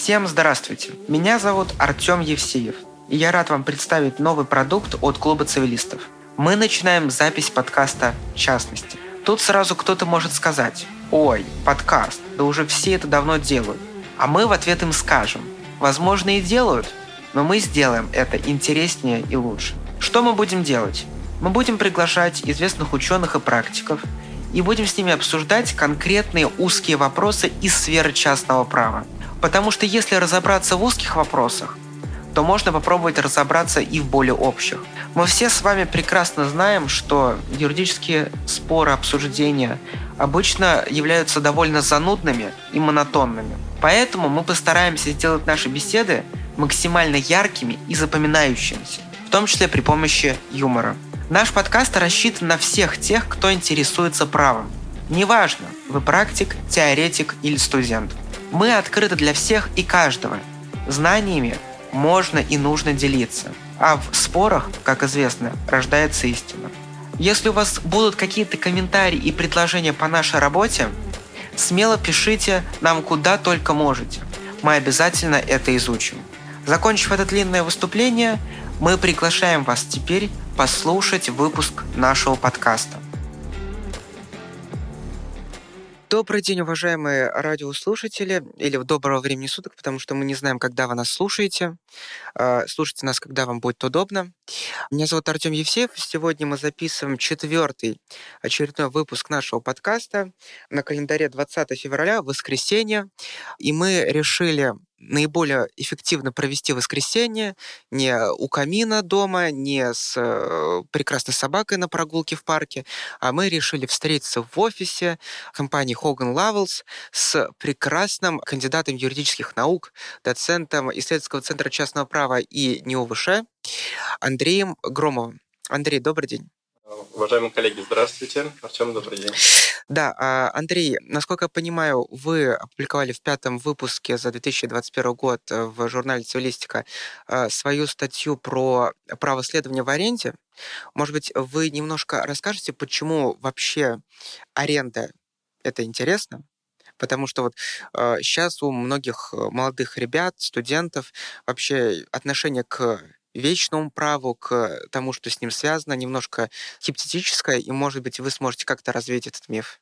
Всем здравствуйте! Меня зовут Артем Евсеев, и я рад вам представить новый продукт от Клуба Цивилистов. Мы начинаем запись подкаста «Частности». Тут сразу кто-то может сказать: «Ой, подкаст, да уже все это давно делают». А мы в ответ им скажем: возможно, и делают, но мы сделаем это интереснее и лучше. Что мы будем делать? Мы будем приглашать известных ученых и практиков и будем с ними обсуждать конкретные узкие вопросы из сферы частного права. Потому что если разобраться в узких вопросах, то можно попробовать разобраться и в более общих. Мы все с вами прекрасно знаем, что юридические споры, обсуждения обычно являются довольно занудными и монотонными. Поэтому мы постараемся сделать наши беседы максимально яркими и запоминающимися, в том числе при помощи юмора. Наш подкаст рассчитан на всех тех, кто интересуется правом. Неважно, вы практик, теоретик или студент. Мы открыты для всех и каждого. Знаниями можно и нужно делиться. А в спорах, как известно, рождается истина. Если у вас будут какие-то комментарии и предложения по нашей работе, смело пишите нам куда только можете. Мы обязательно это изучим. Закончив это длинное выступление, мы приглашаем вас теперь послушать выпуск нашего подкаста. Добрый день, уважаемые радиослушатели, или доброго времени суток, потому что мы не знаем, когда вы нас слушаете. Слушайте нас, когда вам будет удобно. Меня зовут Артем Евсеев. Сегодня мы записываем 4-й очередной выпуск нашего подкаста. На календаре 20 февраля, воскресенье. И мы решили наиболее эффективно провести воскресенье не у камина дома, не с прекрасной собакой на прогулке в парке, а мы решили встретиться в офисе компании Hogan Lovells с прекрасным кандидатом юридических наук, доцентом исследовательского центра частного права и НИУ-ВШ Андреем Громовым. Андрей, добрый день. Уважаемые коллеги, здравствуйте. Артем, добрый день. Да, Андрей, насколько я понимаю, вы опубликовали в 5-м выпуске за 2021 год в журнале «Цивилистика» свою статью про право следования в аренде. Может быть, вы немножко расскажете, почему вообще аренда — это интересно? Потому что вот сейчас у многих молодых ребят, студентов вообще отношение к вечному праву, к тому, что с ним связано, немножко скептическое, и, может быть, вы сможете как-то развеять этот миф.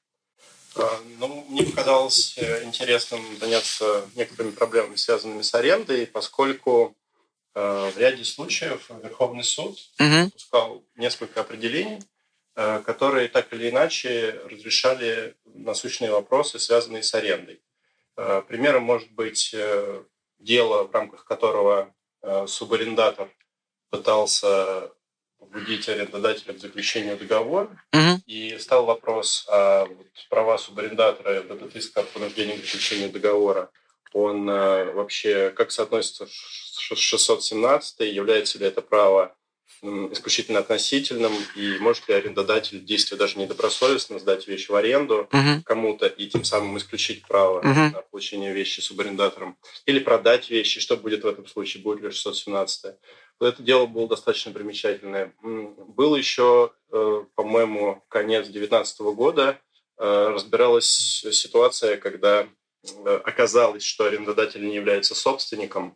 Мне показалось интересным заняться некоторыми проблемами, связанными с арендой, поскольку в ряде случаев Верховный суд выпускал несколько определений, которые так или иначе разрешали насущные вопросы, связанные с арендой. Примером может быть дело, в рамках которого субарендатор пытался побудить арендодателя к заключению договора, и стал вопрос, а права субарендатора в этот иск о понуждении к заключению договора, он вообще как соотносится с 617, является ли это право исключительно относительным, и может ли арендодатель, действуя даже недобросовестно, сдать вещь в аренду кому-то и тем самым исключить право на получение вещи субарендатором, или продать вещи, что будет в этом случае, будет ли 617. Это дело было достаточно примечательное. Был еще, по-моему, конец 2019 года, разбиралась ситуация, когда оказалось, что арендодатель не является собственником,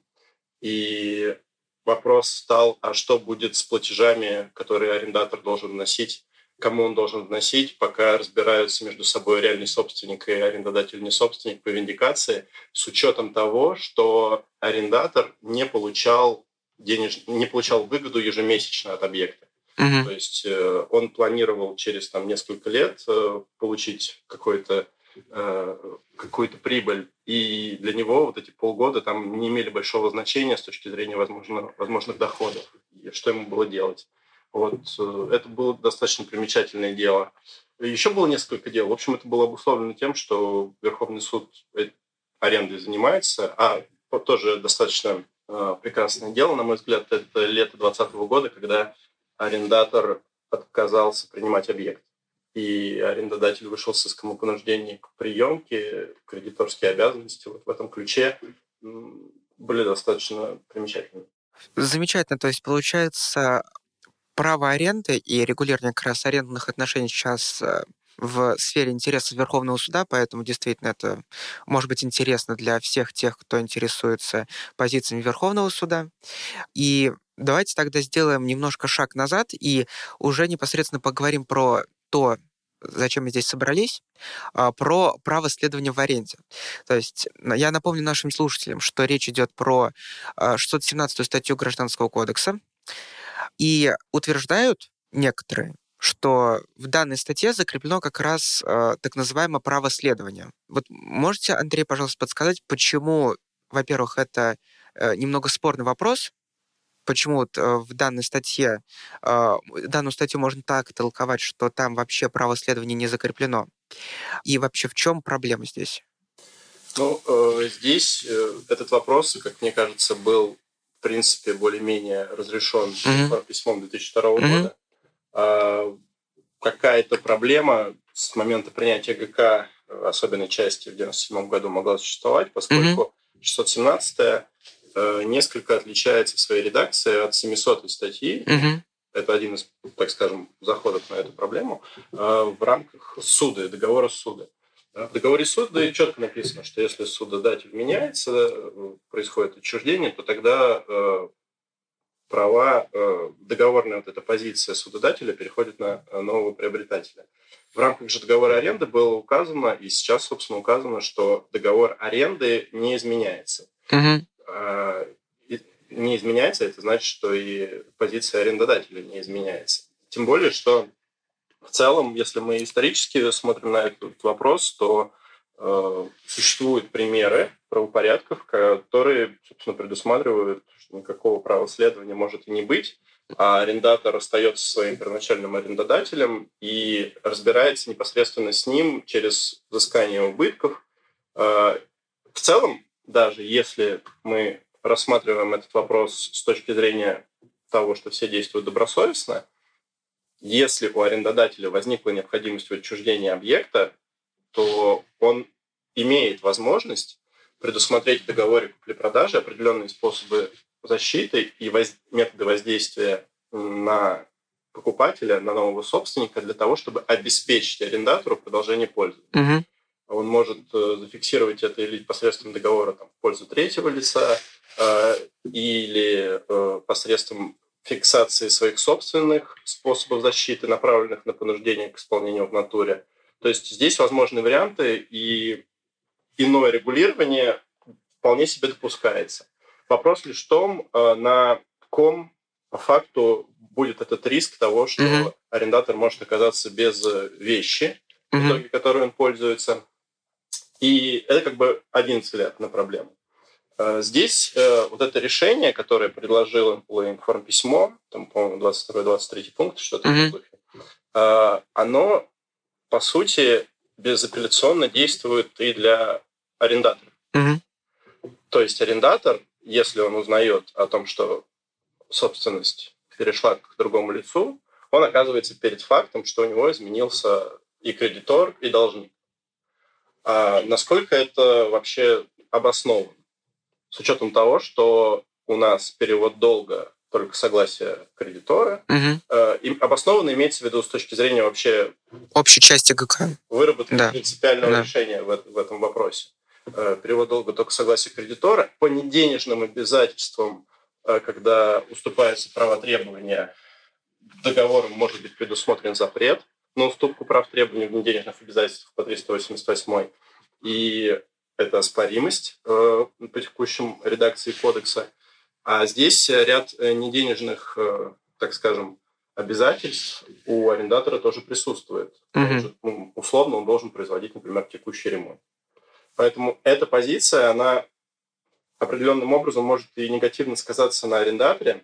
и вопрос стал, а что будет с платежами, которые арендатор должен вносить, кому он должен вносить, пока разбираются между собой реальный собственник и арендодатель не собственник по виндикации, с учетом того, что арендатор не получал выгоду ежемесячно от объекта. То есть он планировал через несколько лет получить какую-то прибыль, и для него вот эти полгода не имели большого значения с точки зрения возможных доходов, и что ему было делать. Это было достаточно примечательное дело. Еще было несколько дел. В общем, это было обусловлено тем, что Верховный суд арендой занимается, а тоже достаточно прекрасное дело, на мой взгляд, это лето 2020 года, когда арендатор отказался принимать объект. И арендодатель вышел с иском о понуждении к приемке, кредиторские обязанности в этом ключе были достаточно примечательны. Замечательно. То есть, получается, право аренды и регулирование как раз арендных отношений сейчас в сфере интересов Верховного суда, поэтому действительно это может быть интересно для всех тех, кто интересуется позициями Верховного суда. И давайте тогда сделаем немножко шаг назад и уже непосредственно поговорим про то, зачем мы здесь собрались, про право следования в аренде. То есть я напомню нашим слушателям, что речь идет про 617 статью Гражданского кодекса, и утверждают некоторые, что в данной статье закреплено как раз так называемое право следования. Вот можете, Андрей, пожалуйста, подсказать, почему, во-первых, это немного спорный вопрос, почему вот в данной статье, данную статью можно так толковать, что там вообще право следования не закреплено? И вообще в чем проблема здесь? Здесь этот вопрос, как мне кажется, был в принципе более-менее разрешен письмом 2002 года. Какая-то проблема с момента принятия ГК особенной части в 1997 году могла существовать, поскольку 617 несколько отличается в своей редакции от 700 статьи. Это один из, так скажем, заходов на эту проблему в рамках суда, договора суда. В договоре суда четко написано, что если судодатель меняется, происходит отчуждение, то тогда права, договорная вот эта позиция судодателя переходит на нового приобретателя. В рамках же договора аренды было указано, и сейчас, собственно, указано, что договор аренды не изменяется. Не изменяется, это значит, что и позиция арендодателя не изменяется. Тем более, что в целом, если мы исторически смотрим на этот вопрос, то существуют примеры правопорядков, которые, собственно, предусматривают, что никакого права следования может и не быть, а арендатор остается своим первоначальным арендодателем и разбирается непосредственно с ним через взыскание убытков. В целом, даже если мы рассматриваем этот вопрос с точки зрения того, что все действуют добросовестно, если у арендодателя возникла необходимость в отчуждении объекта, то он имеет возможность предусмотреть в договоре купли-продажи определенные способы защиты и методы воздействия на покупателя, на нового собственника для того, чтобы обеспечить арендатору продолжение пользования. Он может зафиксировать это или посредством договора в пользу третьего лица, или посредством фиксации своих собственных способов защиты, направленных на понуждение к исполнению в натуре. То есть здесь возможны варианты, и иное регулирование вполне себе допускается. Вопрос лишь в том, на ком по факту будет этот риск того, что арендатор может оказаться без вещи, в итоге которой он пользуется. И это как бы один взгляд на проблему. Здесь вот это решение, которое предложил информписьмо, там, по-моему, 22-23 пункт, что-то в этом духе, оно, по сути, безапелляционно действует и для арендатора. То есть арендатор, если он узнает о том, что собственность перешла к другому лицу, он оказывается перед фактом, что у него изменился и кредитор, и должник. А насколько это вообще обосновано? С учетом того, что у нас перевод долга только согласия кредитора, обоснованно имеется в виду с точки зрения вообще общей части ГК. Выработки принципиального решения в этом вопросе. Перевод долга только согласия кредитора по неденежным обязательствам, когда уступаются права требования, договором может быть предусмотрен запрет на уступку прав требований в неденежных обязательствах по 388. И это оспоримость по текущим редакции кодекса. А здесь ряд неденежных, так скажем, обязательств у арендатора тоже присутствует. Условно он должен производить, например, текущий ремонт. Поэтому эта позиция, она определенным образом может и негативно сказаться на арендаторе.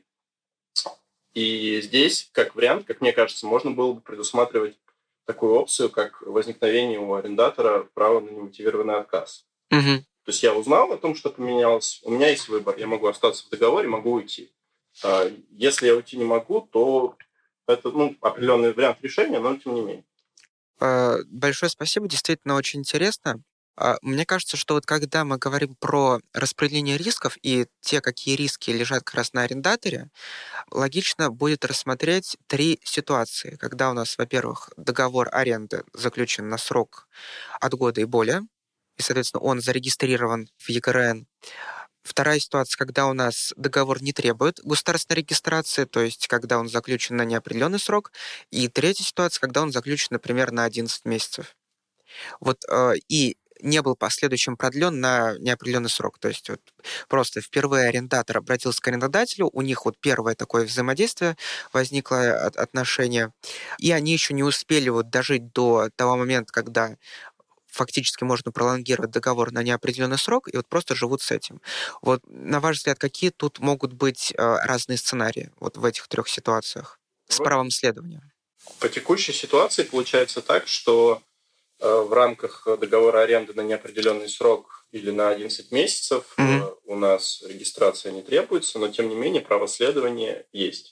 И здесь, как вариант, как мне кажется, можно было бы предусматривать такую опцию, как возникновение у арендатора права на немотивированный отказ. То есть я узнал о том, что поменялось, у меня есть выбор, я могу остаться в договоре, могу уйти. Если я уйти не могу, то это определенный вариант решения, но тем не менее. Большое спасибо, действительно очень интересно. Мне кажется, что вот когда мы говорим про распределение рисков и те, какие риски лежат как раз на арендаторе, логично будет рассмотреть 3 ситуации. Когда у нас, во-первых, договор аренды заключен на срок от года и более, и, соответственно, он зарегистрирован в ЕГРН. Вторая ситуация, когда у нас договор не требует государственной регистрации, то есть когда он заключен на неопределенный срок. И третья ситуация, когда он заключен, например, на 11 месяцев. Вот, и не был последующим продлен на неопределенный срок. То есть вот просто впервые арендатор обратился к арендодателю, у них вот первое такое взаимодействие возникло, отношение, и они еще не успели вот дожить до того момента, когда фактически можно пролонгировать договор на неопределенный срок, и вот просто живут с этим. Вот, на ваш взгляд, какие тут могут быть разные сценарии вот в этих 3 ситуациях с правом следования? По текущей ситуации получается так, что в рамках договора аренды на неопределенный срок или на 11 месяцев у нас регистрация не требуется, но тем не менее право следования есть.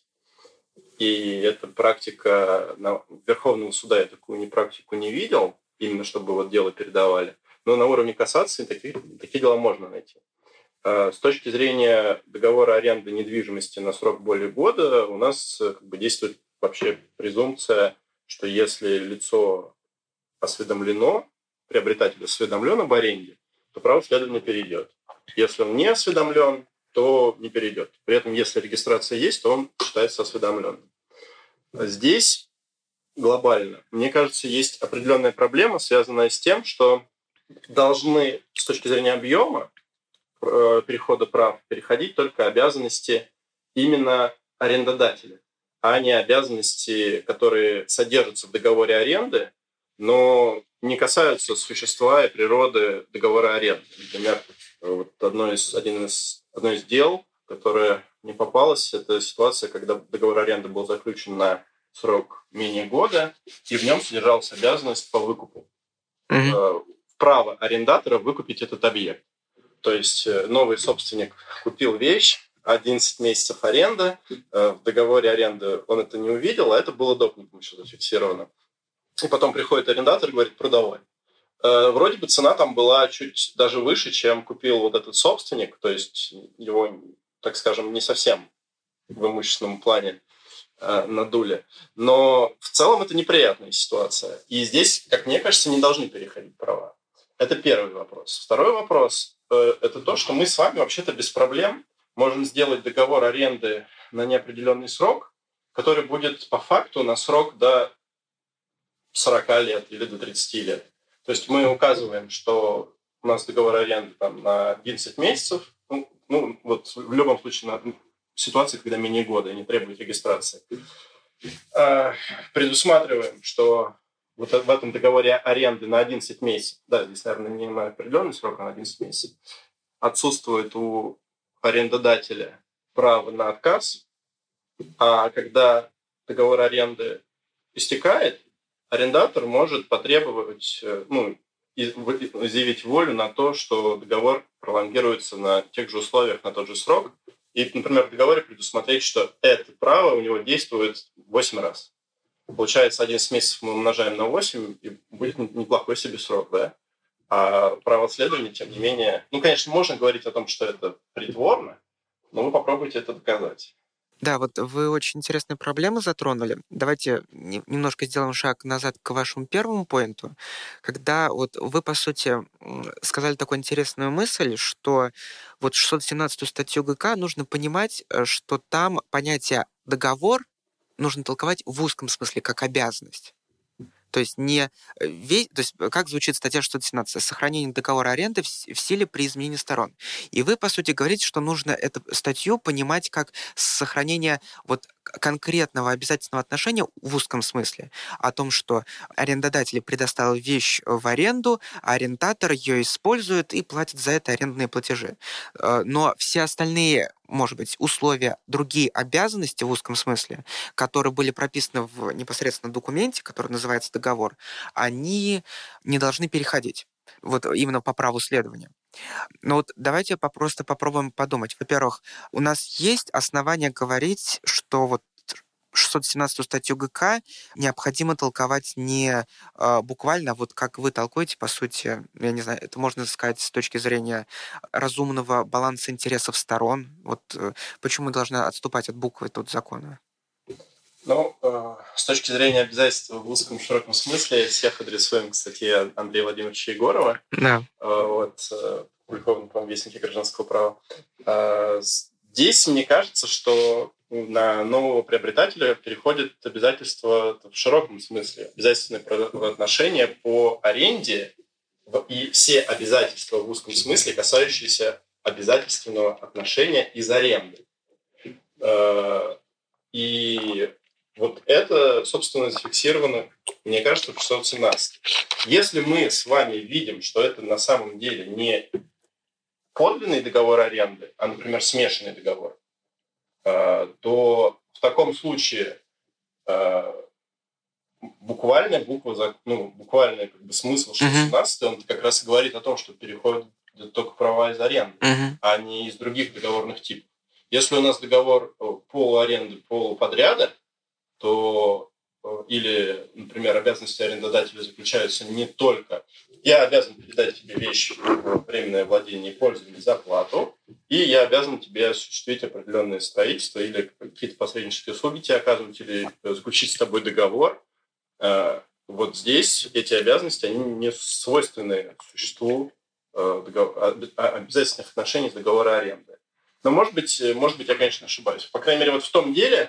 И эта практика Верховного суда, я такую практику не видел, именно чтобы вот дело передавали. Но на уровне кассации такие дела можно найти. С точки зрения договора аренды недвижимости на срок более года у нас действует вообще презумпция, что если лицо осведомлено, приобретатель осведомлен об аренде, то право следования перейдет. Если он не осведомлен, то не перейдет. При этом, если регистрация есть, то он считается осведомленным. Здесь глобально, мне кажется, есть определенная проблема, связанная с тем, что должны с точки зрения объема перехода прав переходить только обязанности именно арендодателя, а не обязанности, которые содержатся в договоре аренды, но не касаются существа и природы договора аренды. Например, вот одно из дел, которое не попалось, это ситуация, когда договор аренды был заключен на срок менее года, и в нем содержалась обязанность по выкупу. Право арендатора выкупить этот объект. То есть новый собственник купил вещь, 11 месяцев аренды, в договоре аренды он это не увидел, а это было допуском еще зафиксировано. И потом приходит арендатор и говорит: продавай. Вроде бы цена там была чуть даже выше, чем купил вот этот собственник, то есть его, так скажем, не совсем в имущественном плане надули. Но в целом это неприятная ситуация. И здесь, как мне кажется, не должны переходить права. Это первый вопрос. Второй вопрос – это то, что мы с вами вообще-то без проблем можем сделать договор аренды на неопределенный срок, который будет по факту на срок до 40 лет или до 30 лет. То есть мы указываем, что у нас договор аренды там, на 11 месяцев, вот в любом случае на ситуации, когда менее года и не требует регистрации. Предусматриваем, что вот в этом договоре аренды на 11 месяцев, да, здесь, наверное, не на определенный срок, а на 11 месяцев, отсутствует у арендодателя право на отказ, а когда договор аренды истекает, арендатор может потребовать, изъявить волю на то, что договор пролонгируется на тех же условиях, на тот же срок. И, например, в договоре предусмотреть, что это право у него действует 8 раз. Получается, 11 месяцев мы умножаем на 8, и будет неплохой себе срок, да? А право следования, тем не менее... конечно, можно говорить о том, что это притворно, но вы попробуйте это доказать. Да, вот вы очень интересные проблемы затронули. Давайте немножко сделаем шаг назад к вашему первому поинту, когда вот вы, по сути, сказали такую интересную мысль, что вот 617 статью ГК нужно понимать, что там понятие «договор» нужно толковать в узком смысле, как обязанность. То есть не весь, то есть как звучит статья 617? Сохранение договора аренды в силе при изменении сторон. И вы, по сути, говорите, что нужно эту статью понимать как сохранение вот конкретного обязательного отношения в узком смысле о том, что арендодатель предоставил вещь в аренду, а арендатор ее использует и платит за это арендные платежи. Но все остальные, может быть, условия, другие обязанности в узком смысле, которые были прописаны в непосредственно документе, который называется договор, они не должны переходить. Вот именно по праву следования. Но вот давайте просто попробуем подумать. Во-первых, у нас есть основания говорить, что вот 617 статью ГК необходимо толковать не буквально, а вот как вы толкуете, по сути, я не знаю, это можно сказать с точки зрения разумного баланса интересов сторон. Вот почему мы должны отступать от буквы тут закона? Ну, с точки зрения обязательства в узком широком смысле, всех адресуем к статье Андрея Владимировича Егорова, опубликованной, по-моему, в Вестнике гражданского права. Здесь мне кажется, что на нового приобретателя переходит обязательство в широком смысле, обязательные отношения по аренде и все обязательства в узком смысле, касающиеся обязательственного отношения из аренды. И вот это, собственно, зафиксировано, мне кажется, в 617. Если мы с вами видим, что это на самом деле не подлинный договор аренды, а, например, смешанный договор, то в таком случае буквальный как бы смысл 617, он как раз и говорит о том, что переходят только права из аренды, а не из других договорных типов. Если у нас договор полуаренды, полуподряда, то или, например, обязанности арендодателя заключаются не только я обязан передать тебе вещи в временное владение и пользование за плату, и я обязан тебе осуществить определенное строительство или какие-то посреднические услуги тебе оказывать, или заключить с тобой договор. Вот здесь эти обязанности, они не свойственны существу обязательных отношений с договора аренды. Но, может быть, я, конечно, ошибаюсь. По крайней мере, вот в том деле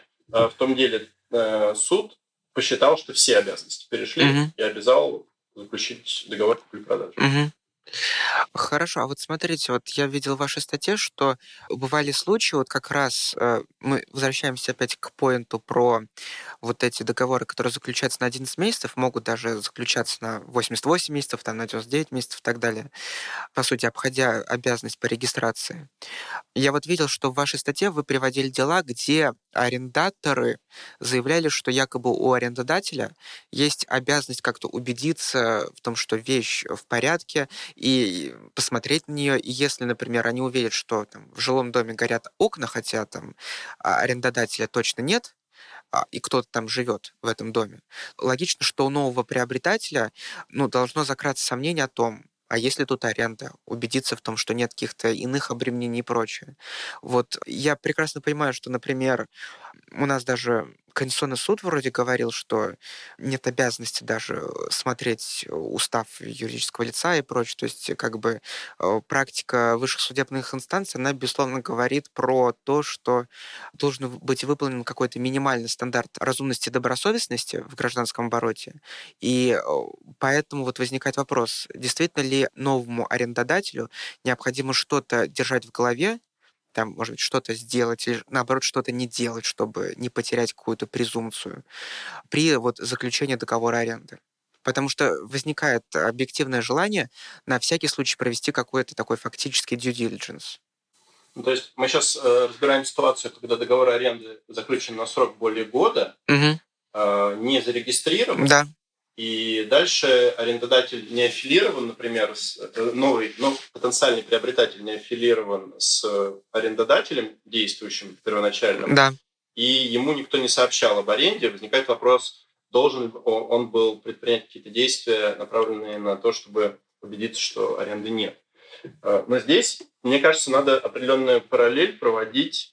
суд посчитал, что все обязанности перешли и обязал заключить договор купли-продажи. Хорошо, а вот смотрите, вот я видел в вашей статье, что бывали случаи, вот как раз мы возвращаемся опять к поинту про вот эти договоры, которые заключаются на 11 месяцев, могут даже заключаться на 88 месяцев, там, на 99 месяцев и так далее, по сути, обходя обязанность по регистрации. Я вот видел, что в вашей статье вы приводили дела, где арендаторы заявляли, что якобы у арендодателя есть обязанность как-то убедиться в том, что вещь в порядке, и посмотреть на нее. И если, например, они увидят, что там, в жилом доме горят окна, хотя там арендодателя точно нет, и кто-то там живет в этом доме, логично, что у нового приобретателя должно закраться сомнение о том, а если тут аренда, убедиться в том, что нет каких-то иных обременений и прочее. Вот я прекрасно понимаю, что, например, у нас даже Конституционный суд вроде говорил, что нет обязанности даже смотреть устав юридического лица и прочее. То есть как бы практика высших судебных инстанций, она, безусловно, говорит про то, что должен быть выполнен какой-то минимальный стандарт разумности и добросовестности в гражданском обороте. И поэтому вот возникает вопрос, действительно ли новому арендодателю необходимо что-то держать в голове, там, может быть, что-то сделать или, наоборот, что-то не делать, чтобы не потерять какую-то презумпцию при вот заключении договора аренды. Потому что возникает объективное желание на всякий случай провести какой-то такой фактический due diligence. То есть мы сейчас разбираем ситуацию, когда договор аренды заключен на срок более года, не зарегистрирован, да. И дальше арендодатель не аффилирован, например, потенциальный приобретатель не аффилирован с арендодателем, действующим первоначальным, да. И ему никто не сообщал об аренде. Возникает вопрос, должен он был предпринять какие-то действия, направленные на то, чтобы убедиться, что аренды нет. Но здесь, мне кажется, надо определенную параллель проводить,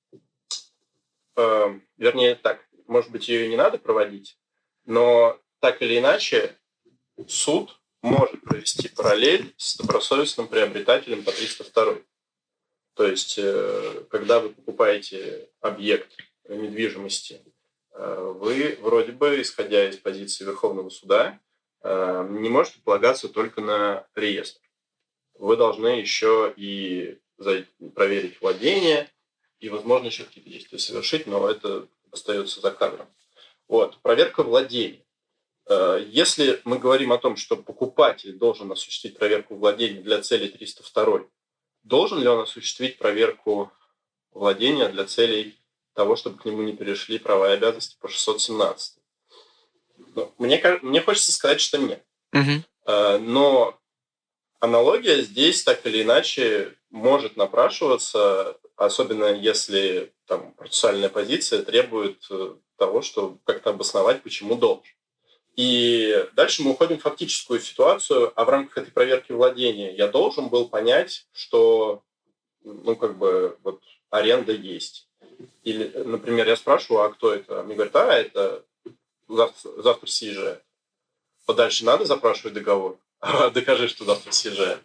вернее так, может быть, ее и не надо проводить, но так или иначе, суд может провести параллель с добросовестным приобретателем по 302. То есть, когда вы покупаете объект недвижимости, вы вроде бы, исходя из позиции Верховного суда, не можете полагаться только на реестр. Вы должны еще и проверить владение и, возможно, еще какие-то действия совершить, но это остается за кадром. Вот. Проверка владения. Если мы говорим о том, что покупатель должен осуществить проверку владения для целей 302, должен ли он осуществить проверку владения для целей того, чтобы к нему не перешли права и обязанности по 617? Мне хочется сказать, что нет. Но аналогия здесь так или иначе может напрашиваться, особенно если там процессуальная позиция требует того, чтобы как-то обосновать, почему должен. И дальше мы уходим в фактическую ситуацию, а в рамках этой проверки владения я должен был понять, что вот аренда есть. Или, например, я спрашиваю, а кто это? Мне говорят, это завтра съезжает. Подальше надо запрашивать договор? Докажи, что завтра съезжает.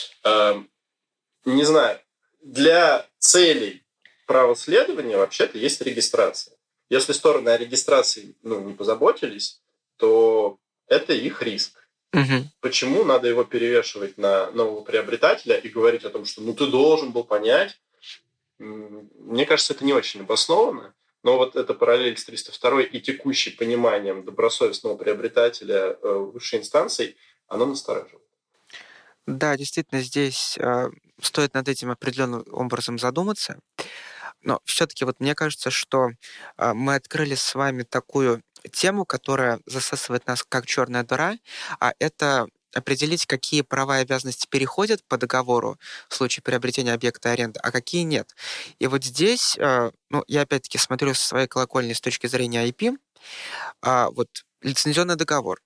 Не знаю. Для целей правоследования вообще-то есть регистрация. Если стороны о регистрации не позаботились, то это их риск. Угу. Почему надо его перевешивать на нового приобретателя и говорить о том, что ты должен был понять? Мне кажется, это не очень обоснованно. Но вот эта параллель с 302 и текущим пониманием добросовестного приобретателя высшей инстанции, оно настораживает. Да, действительно, здесь стоит над этим определенным образом задуматься. Но все-таки мне кажется, что мы открыли с вами такую тему, которая засасывает нас как черная дыра, а это определить, какие права и обязанности переходят по договору в случае приобретения объекта аренды, а какие нет. И вот здесь, я опять-таки смотрю со своей колокольни с точки зрения IP, лицензионный договор.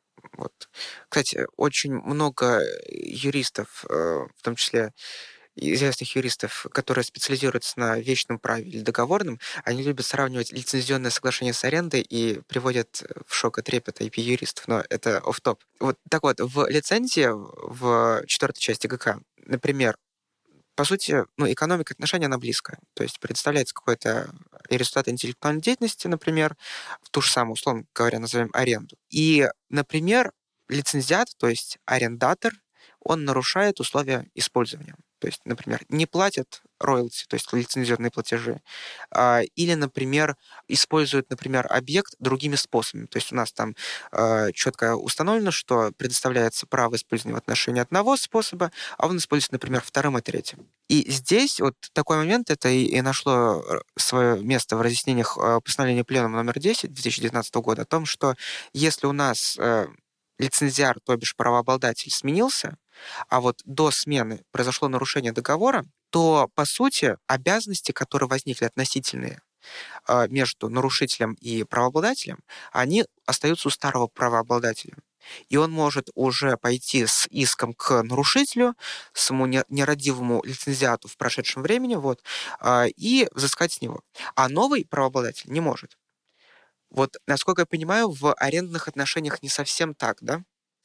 Кстати, очень много юристов, в том числе известных юристов, которые специализируются на вечном праве или договорном, они любят сравнивать лицензионное соглашение с арендой и приводят в шок и трепет IP-юристов, но это офф-топ. В лицензии, в 4 части ГК, например, по сути, экономика отношений, она близкая. То есть представляется какой-то результат интеллектуальной деятельности, например, в ту же самую, условно говоря, назовем аренду. И, например, лицензиат, то есть арендатор, он нарушает условия использования. То есть, например, не платят роялти, то есть лицензионные платежи, или, например, используют, объект другими способами. То есть у нас там четко установлено, что предоставляется право использования в отношении одного способа, а он используется, например, вторым и третьим. И здесь такой момент, это и нашло свое место в разъяснениях постановления Пленума номер 10 2019 года о том, что если у нас лицензиар, то бишь правообладатель, сменился, а до смены произошло нарушение договора, то, по сути, обязанности, которые возникли относительные между нарушителем и правообладателем, они остаются у старого правообладателя. И он может уже пойти с иском к нарушителю, самому нерадивому лицензиату в прошедшем времени, и взыскать с него. А новый правообладатель не может. Насколько я понимаю, в арендных отношениях не совсем так, да?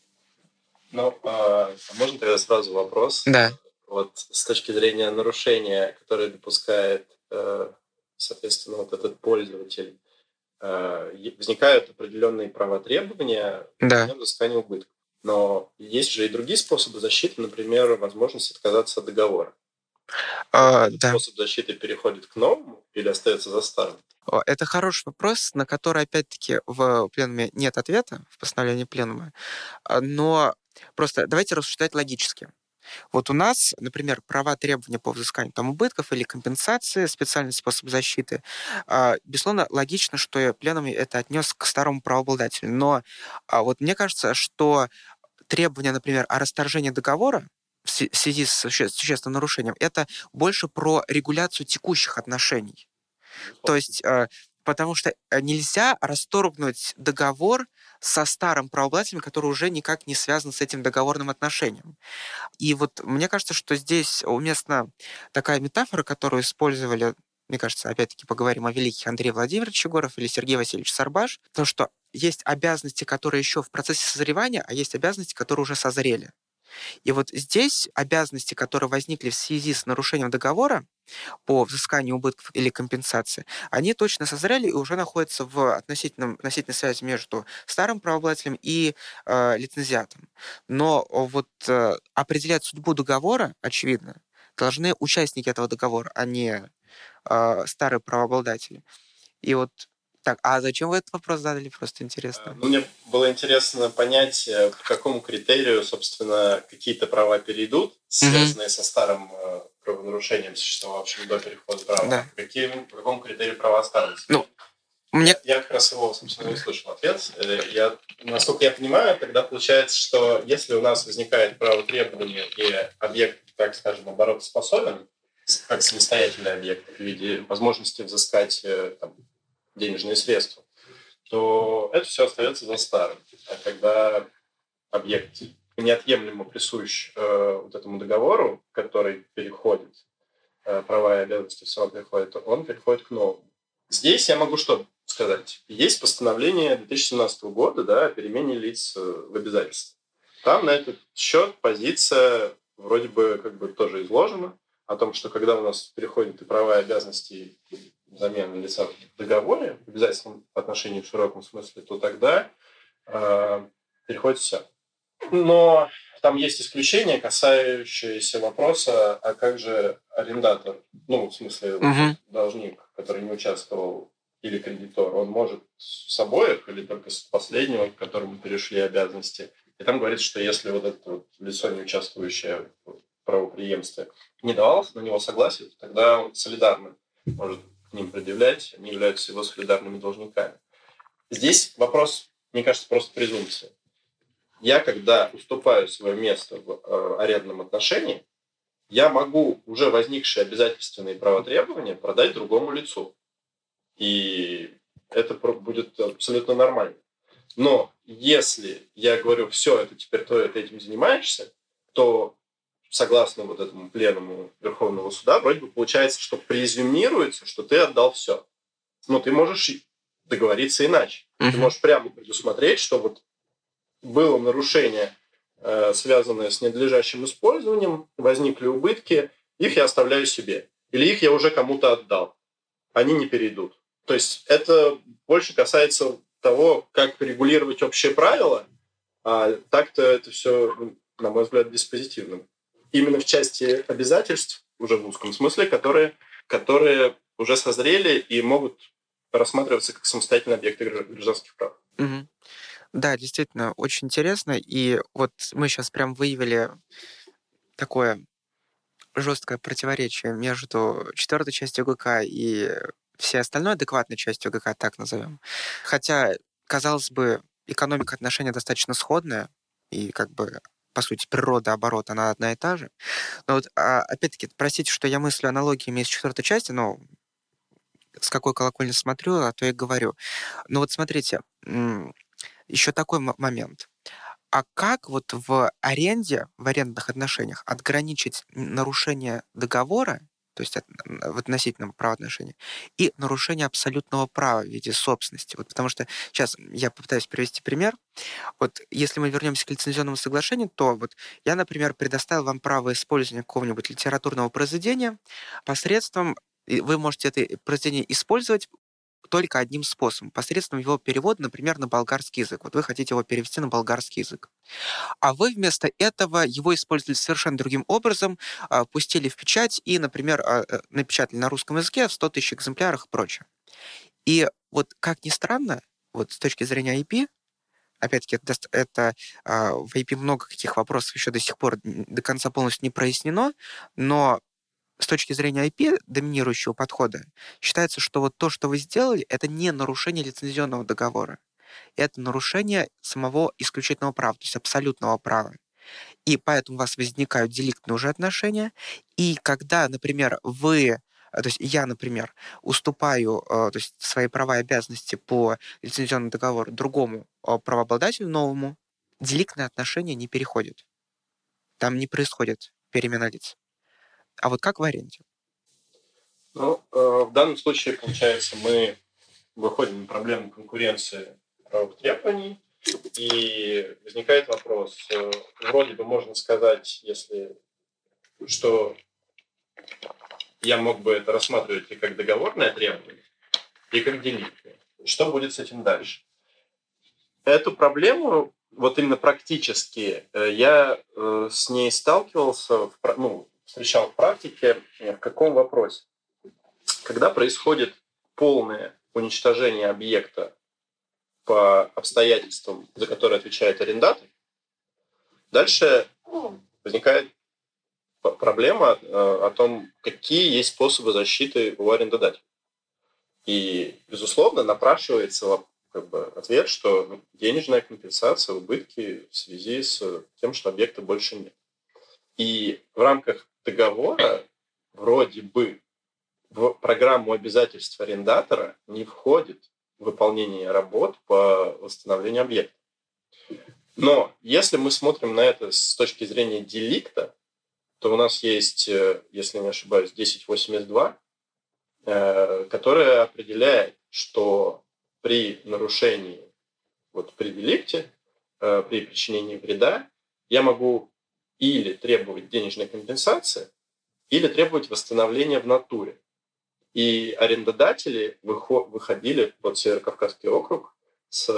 Можно тогда сразу вопрос? Да. С точки зрения нарушения, которое допускает, соответственно, этот пользователь, возникают определенные права требования на взыскание убытков. Но есть же и другие способы защиты, например, возможность отказаться от договора. Способ защиты переходит к новому или остается за старым? Это хороший вопрос, на который, опять-таки, в пленуме нет ответа, в постановлении пленума. Но просто давайте рассуждать логически. У нас, например, права требования по взысканию убытков или компенсации, специальный способ защиты. Безусловно, логично, что пленум это отнес к старому правообладателю. Но мне кажется, что требования, например, о расторжении договора в связи с существенным нарушением, это больше про регуляцию текущих отношений. То есть, потому что нельзя расторгнуть договор со старым правообладателем, который уже никак не связан с этим договорным отношением. И мне кажется, что здесь уместна такая метафора, которую использовали, мне кажется, опять-таки поговорим о великих Андрей Владимирович Егоров или Сергей Васильевич Сарбаш, то, что есть обязанности, которые еще в процессе созревания, а есть обязанности, которые уже созрели. И здесь обязанности, которые возникли в связи с нарушением договора по взысканию убытков или компенсации, они точно созрели и уже находятся в относительной связи между старым правообладателем и лицензиатом. Но определять судьбу договора, очевидно, должны участники этого договора, а не старые правообладатели. И так, а зачем вы этот вопрос задали? Просто интересно. Мне было интересно понять, по какому критерию, собственно, какие-то права перейдут, связанные со старым правонарушением, существовавшим до перехода права. Да. По какому критерию права останутся? Я как раз его, собственно, услышал ответ. Насколько я понимаю, тогда получается, что если у нас возникает право требования и объект, так скажем, оборотоспособен, как самостоятельный объект в виде возможности взыскать денежные средства, то это все остается за старым. А когда объект неотъемлемо присущ вот этому договору, который переходит, права и обязанности в целом переходят, он переходит к новому. Здесь я могу что сказать? Есть постановление 2017 года, да, о перемене лиц в обязательства. Там на этот счет позиция вроде бы как бы тоже изложена, о том, что когда у нас переходят и права и обязанности замены лица в договоре, в обязательном отношении в широком смысле, то тогда переходит все. Но там есть исключения, касающиеся вопроса, а как же арендатор, в смысле должник, который не участвовал, или кредитор, он может с обоих или только с последнего, к которому перешли обязанности. И там говорится, что если вот это вот лицо, не участвующее в правопреемстве, не давалось на него согласие, то тогда он солидарно может к ним предъявлять, они являются его солидарными должниками. Здесь вопрос, мне кажется, просто презумпция. Я, когда уступаю свое место в арендном отношении, я могу уже возникшие обязательственные правотребования продать другому лицу. И это будет абсолютно нормально. Но если я говорю, все, это теперь ты этим занимаешься, то согласно вот этому пленуму Верховного суда, вроде бы получается, что презюмируется, что ты отдал все. Но ты можешь договориться иначе. Ты можешь прямо предусмотреть, что вот было нарушение, связанное с ненадлежащим использованием, возникли убытки, их я оставляю себе. Или их я уже кому-то отдал. Они не перейдут. То есть это больше касается того, как регулировать общие правила, а так-то это все, на мой взгляд, диспозитивно. Именно в части обязательств, уже в узком смысле, которые уже созрели и могут рассматриваться как самостоятельные объекты гражданских прав. Угу. Да, действительно, очень интересно. И вот мы сейчас прям выявили такое жесткое противоречие между 4-й частью ГК и всей остальной адекватной частью ГК, так назовем. Хотя, казалось бы, экономика отношений достаточно сходная, и как бы, по сути, природа оборота, она одна и та же. Но вот, опять-таки, простите, что я мыслю аналогиями из 4-й части, но с какой колокольни смотрю, а то и говорю. Но вот смотрите, еще такой момент. А как вот в аренде, в арендных отношениях отграничить нарушение договора, то есть в относительном правоотношении, и нарушение абсолютного права в виде собственности? Вот потому что сейчас я попытаюсь привести пример. Вот если мы вернемся к лицензионному соглашению, то вот я, например, предоставил вам право использования какого-нибудь литературного произведения посредством, и вы можете это произведение использовать только одним способом, посредством его перевода, например, на болгарский язык. Вот вы хотите его перевести на болгарский язык. А вы вместо этого его использовали совершенно другим образом, пустили в печать и, например, напечатали на русском языке в 100 тысяч экземплярах и прочее. И вот, как ни странно, вот с точки зрения IP, опять-таки, в IP много каких вопросов еще до сих пор до конца полностью не прояснено, но с точки зрения IP, доминирующего подхода, считается, что вот то, что вы сделали, это не нарушение лицензионного договора. Это нарушение самого исключительного права, то есть абсолютного права. И поэтому у вас возникают деликтные уже отношения. И когда, например, то есть я, например, уступаю то есть свои права и обязанности по лицензионному договору другому правообладателю новому, деликтные отношения не переходят. Там не происходит перемена лиц. А вот как в аренде? В данном случае, получается, мы выходим на проблему конкуренции правовых требований, и возникает вопрос, вроде бы можно сказать, что я мог бы это рассматривать и как договорное требование, и как деликтное. Что будет с этим дальше? Эту проблему, вот именно практически, я с ней сталкивался, встречал в практике в каком вопросе? Когда происходит полное уничтожение объекта по обстоятельствам, за которые отвечает арендатор, дальше возникает проблема о том, какие есть способы защиты у арендодателя. И, безусловно, напрашивается ответ, что денежная компенсация, убытки в связи с тем, что объекта больше нет. И в рамках договора вроде бы в программу обязательств арендатора не входит выполнение работ по восстановлению объекта. Но если мы смотрим на это с точки зрения деликта, то у нас есть, если не ошибаюсь, 1082, которая определяет, что при нарушении, при деликте, при причинении вреда, я могу или требовать денежной компенсации, или требовать восстановления в натуре. И арендодатели выходили под Северокавказский округ с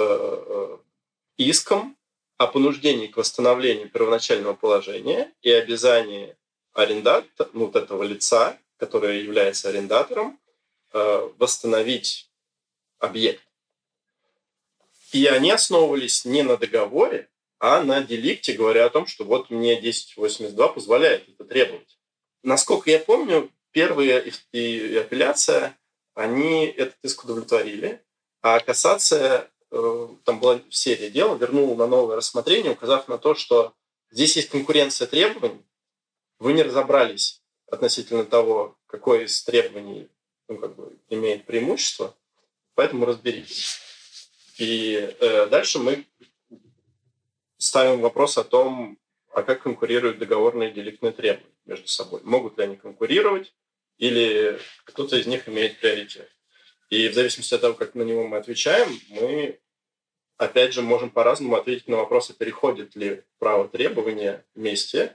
иском о понуждении к восстановлению первоначального положения и обязании арендатора, этого лица, которое является арендатором, восстановить объект. И они основывались не на договоре, а на деликте, говоря о том, что мне 1082 позволяет это требовать. Насколько я помню, первая и апелляция, они этот иск удовлетворили, а кассация, там была серия дел, вернула на новое рассмотрение, указав на то, что здесь есть конкуренция требований, вы не разобрались относительно того, какое из требований имеет преимущество, поэтому разберитесь. И дальше мы ставим вопрос о том, а как конкурируют договорные и деликтные требования между собой. Могут ли они конкурировать, или кто-то из них имеет приоритет. И в зависимости от того, как на него мы отвечаем, мы, опять же, можем по-разному ответить на вопрос, а переходит ли право требования вместе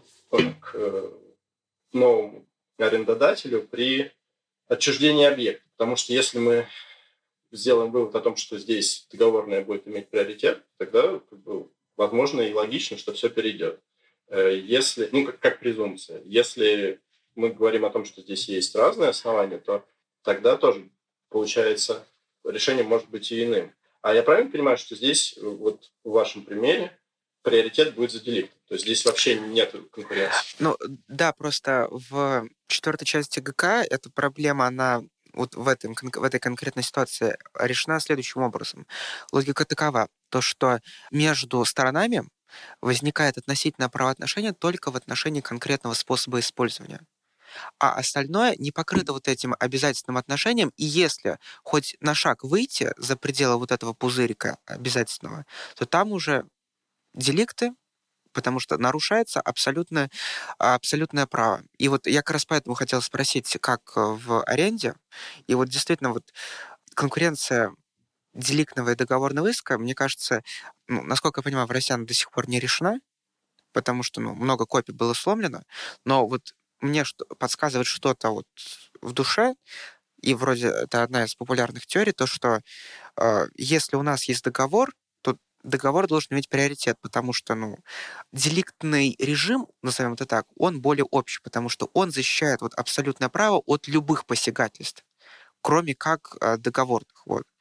к новому арендодателю при отчуждении объекта. Потому что если мы сделаем вывод о том, что здесь договорное будет иметь приоритет, тогда возможно и логично, что все перейдет. Если, как презумпция, если мы говорим о том, что здесь есть разные основания, то тогда тоже, получается, решение может быть и иным. А я правильно понимаю, что здесь, в вашем примере, приоритет будет за деликтом? То есть здесь вообще нет конкуренции? Да, просто в 4 части ГК эта проблема, она в этой конкретной ситуации решена следующим образом. Логика такова, то что между сторонами возникает относительное правоотношение только в отношении конкретного способа использования. А остальное не покрыто этим обязательным отношением, и если хоть на шаг выйти за пределы этого пузырика обязательного, то там уже деликты, потому что нарушается абсолютное право. И я как раз поэтому хотел спросить, как в аренде, и действительно конкуренция деликтного и договорного иска, мне кажется, насколько я понимаю, в России она до сих пор не решена, потому что много копий было сломлено, но мне подсказывает что-то в душе, и вроде это одна из популярных теорий, то, что если у нас есть договор, то договор должен иметь приоритет, потому что деликтный режим, назовем это так, он более общий, потому что он защищает абсолютное право от любых посягательств, кроме как договорных.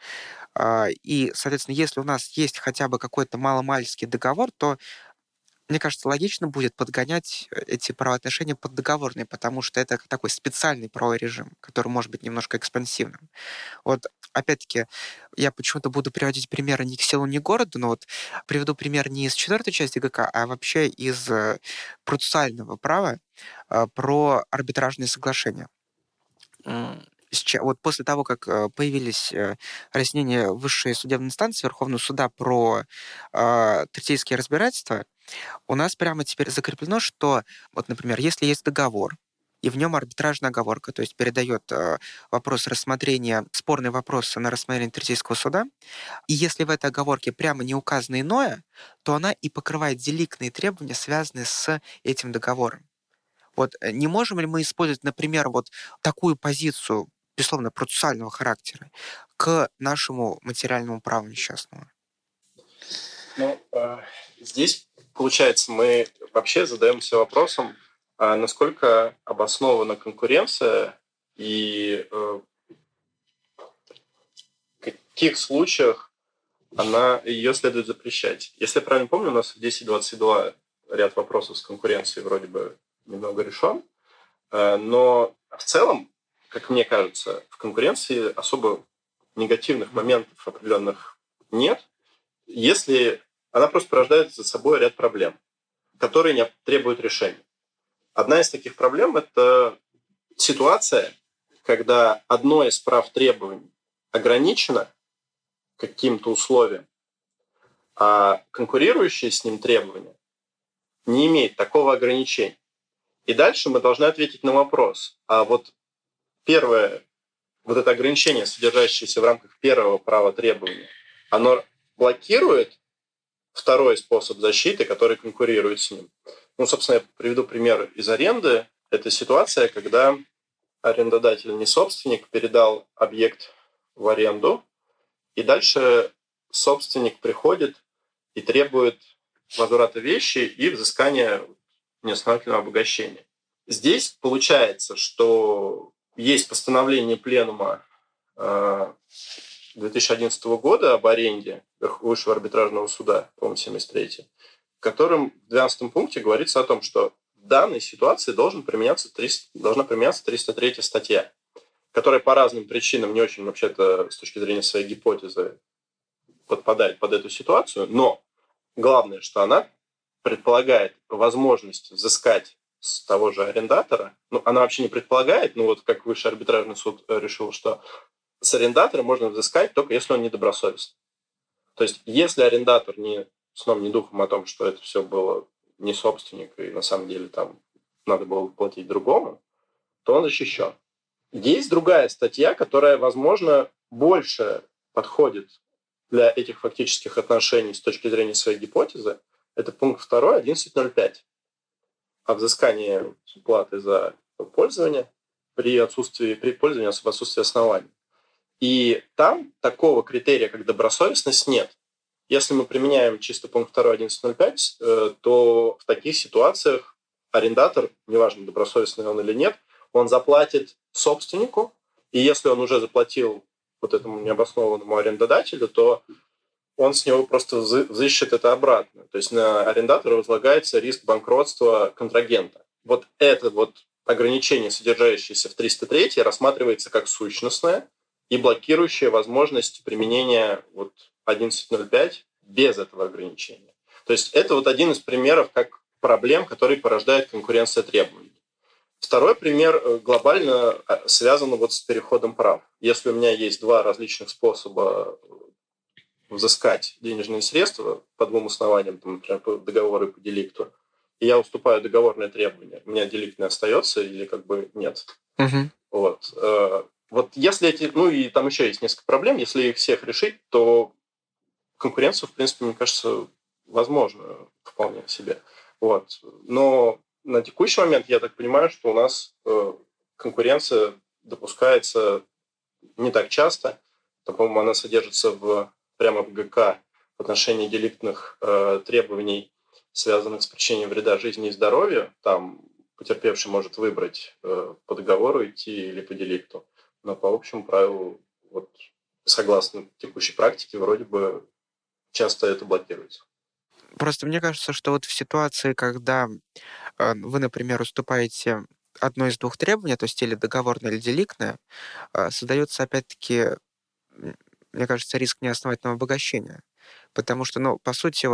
И, соответственно, если у нас есть хотя бы какой-то маломальский договор, то мне кажется, логично будет подгонять эти правоотношения под договорные, потому что это такой специальный правовой режим, который может быть немножко экспансивным. Опять-таки, я почему-то буду приводить примеры ни к селу, ни к городу, но приведу пример не из 4 части ГК, а вообще из процессуального права про арбитражные соглашения. После того, как появились разъяснения высшей судебной инстанции Верховного суда про третейские разбирательства, у нас прямо теперь закреплено, что, например, если есть договор, и в нем арбитражная оговорка, то есть передает вопрос рассмотрения, спорный вопрос на рассмотрение третейского суда, и если в этой оговорке прямо не указано иное, то она и покрывает деликтные требования, связанные с этим договором. Не можем ли мы использовать, например, такую позицию, безусловно, процессуального характера к нашему материальному праву несчастному? Здесь, получается, мы вообще задаемся вопросом, насколько обоснована конкуренция и в каких случаях ее следует запрещать. Если я правильно помню, у нас в 10.22 ряд вопросов с конкуренцией вроде бы немного решен, но в целом, как мне кажется, в конкуренции особо негативных моментов определенных нет, если она просто порождает за собой ряд проблем, которые не требуют решения. Одна из таких проблем – это ситуация, когда одно из прав требований ограничено каким-то условием, а конкурирующее с ним требование не имеет такого ограничения. И дальше мы должны ответить на вопрос. А вот первое, вот это ограничение, содержащееся в рамках первого права требования, оно блокирует второй способ защиты, который конкурирует с ним. Ну, собственно, я приведу пример из аренды. Это ситуация, когда арендодатель, не собственник, передал объект в аренду, и дальше собственник приходит и требует возврата вещи и взыскания неосновательного обогащения. Здесь получается, что есть постановление Пленума 2011 года об аренде Высшего арбитражного суда, по-моему, 73, в котором в 12 пункте говорится о том, что в данной ситуации должна применяться 303 статья, которая по разным причинам не очень, вообще-то, с точки зрения своей гипотезы, подпадает под эту ситуацию, но главное, что она предполагает возможность взыскать с того же арендатора. Ну, она вообще не предполагает, но вот как Высший арбитражный суд решил, что с арендатора можно взыскать только если он недобросовестный. То есть, если арендатор ни сном, ни духом о том, что это все было не собственник, и на самом деле там надо было платить другому, то он защищен. Есть другая статья, которая, возможно, больше подходит для этих фактических отношений с точки зрения своей гипотезы. Это пункт 2, 11.05. О взыскании платы за пользование при пользовании в отсутствии оснований. И там такого критерия, как добросовестность, нет. Если мы применяем чисто пункт 2, 11.05, то в таких ситуациях арендатор, неважно, добросовестный он или нет, он заплатит собственнику, и если он уже заплатил вот этому необоснованному арендодателю, то он с него просто взыщет это обратно. То есть на арендатора возлагается риск банкротства контрагента. Вот это вот ограничение, содержащееся в 303, рассматривается как сущностное и блокирующее возможность применения 11.05 без этого ограничения. То есть это вот один из примеров как проблем, которые порождает конкуренция требований. Второй пример глобально связан с переходом прав. Если у меня есть два различных способа взыскать денежные средства по двум основаниям, например, по договору и по деликту, и я уступаю договорное требование, у меня деликтное остается или нет. Угу. Вот если эти, и там еще есть несколько проблем, если их всех решить, то конкуренцию, в принципе, мне кажется, возможно вполне себе. Но на текущий момент я так понимаю, что у нас конкуренция допускается не так часто. По-моему, она содержится прямо в ГК в отношении деликтных требований, связанных с причинением вреда жизни и здоровью. Там потерпевший может выбрать по договору идти или по деликту. Но по общему правилу, согласно текущей практике, вроде бы часто это блокируется. Просто мне кажется, что в ситуации, когда вы, например, уступаете одно из двух требований, то есть или договорное, или деликтное, создается, опять-таки, мне кажется, риск неосновательного обогащения. Потому что, по сути,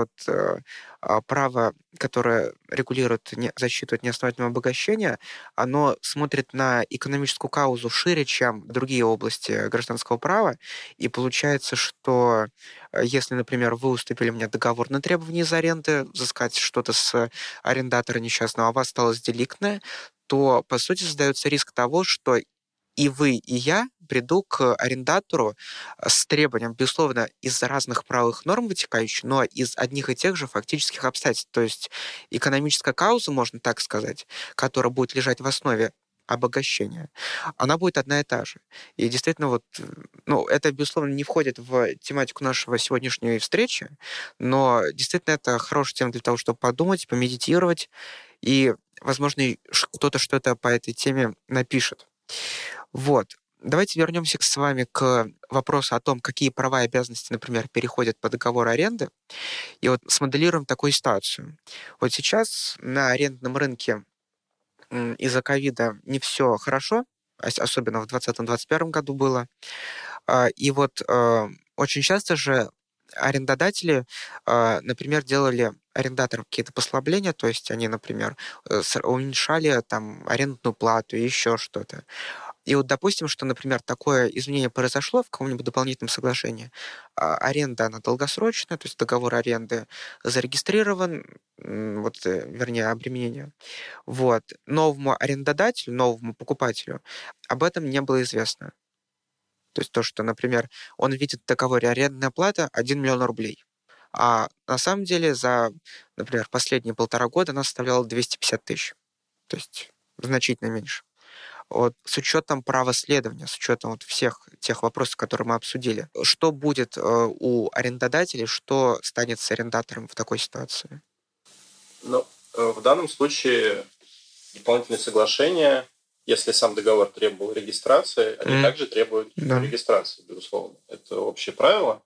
право, которое регулирует защиту от неосновательного обогащения, оно смотрит на экономическую каузу шире, чем другие области гражданского права. И получается, что если, например, вы уступили мне договорное требование из аренды, взыскать что-то с арендатора несчастного, а у вас осталось деликтное, то, по сути, создается риск того, что и вы, и я приду к арендатору с требованием, безусловно, из разных правовых норм вытекающих, но из одних и тех же фактических обстоятельств. То есть экономическая кауза, можно так сказать, которая будет лежать в основе обогащения, она будет одна и та же. И действительно, это, безусловно, не входит в тематику нашего сегодняшней встречи, но действительно это хорошая тема для того, чтобы подумать, помедитировать, и, возможно, кто-то что-то по этой теме напишет. Давайте вернемся с вами к вопросу о том, какие права и обязанности, например, переходят по договору аренды, и смоделируем такую ситуацию. Сейчас на арендном рынке из-за ковида не все хорошо, особенно в 2020-2021 году было, и очень часто же арендодатели, например, делали арендаторам какие-то послабления, то есть они, например, уменьшали арендную плату и еще что-то. И вот допустим, что, например, такое изменение произошло в каком-нибудь дополнительном соглашении. Аренда, она долгосрочная, то есть договор аренды зарегистрирован, вернее, обременение. Вот. Новому арендодателю, новому покупателю об этом не было известно. То есть то, что, например, он видит в договоре арендная плата 1 миллион рублей. А на самом деле за, например, последние 1,5 года она составляла 250 тысяч. То есть значительно меньше. Вот с учетом права следования, с учетом вот всех тех вопросов, которые мы обсудили, что будет у арендодателей, что станет с арендатором в такой ситуации? Ну, в данном случае дополнительные соглашения, если сам договор требовал регистрации, они также требуют регистрации, безусловно. Это общее правило.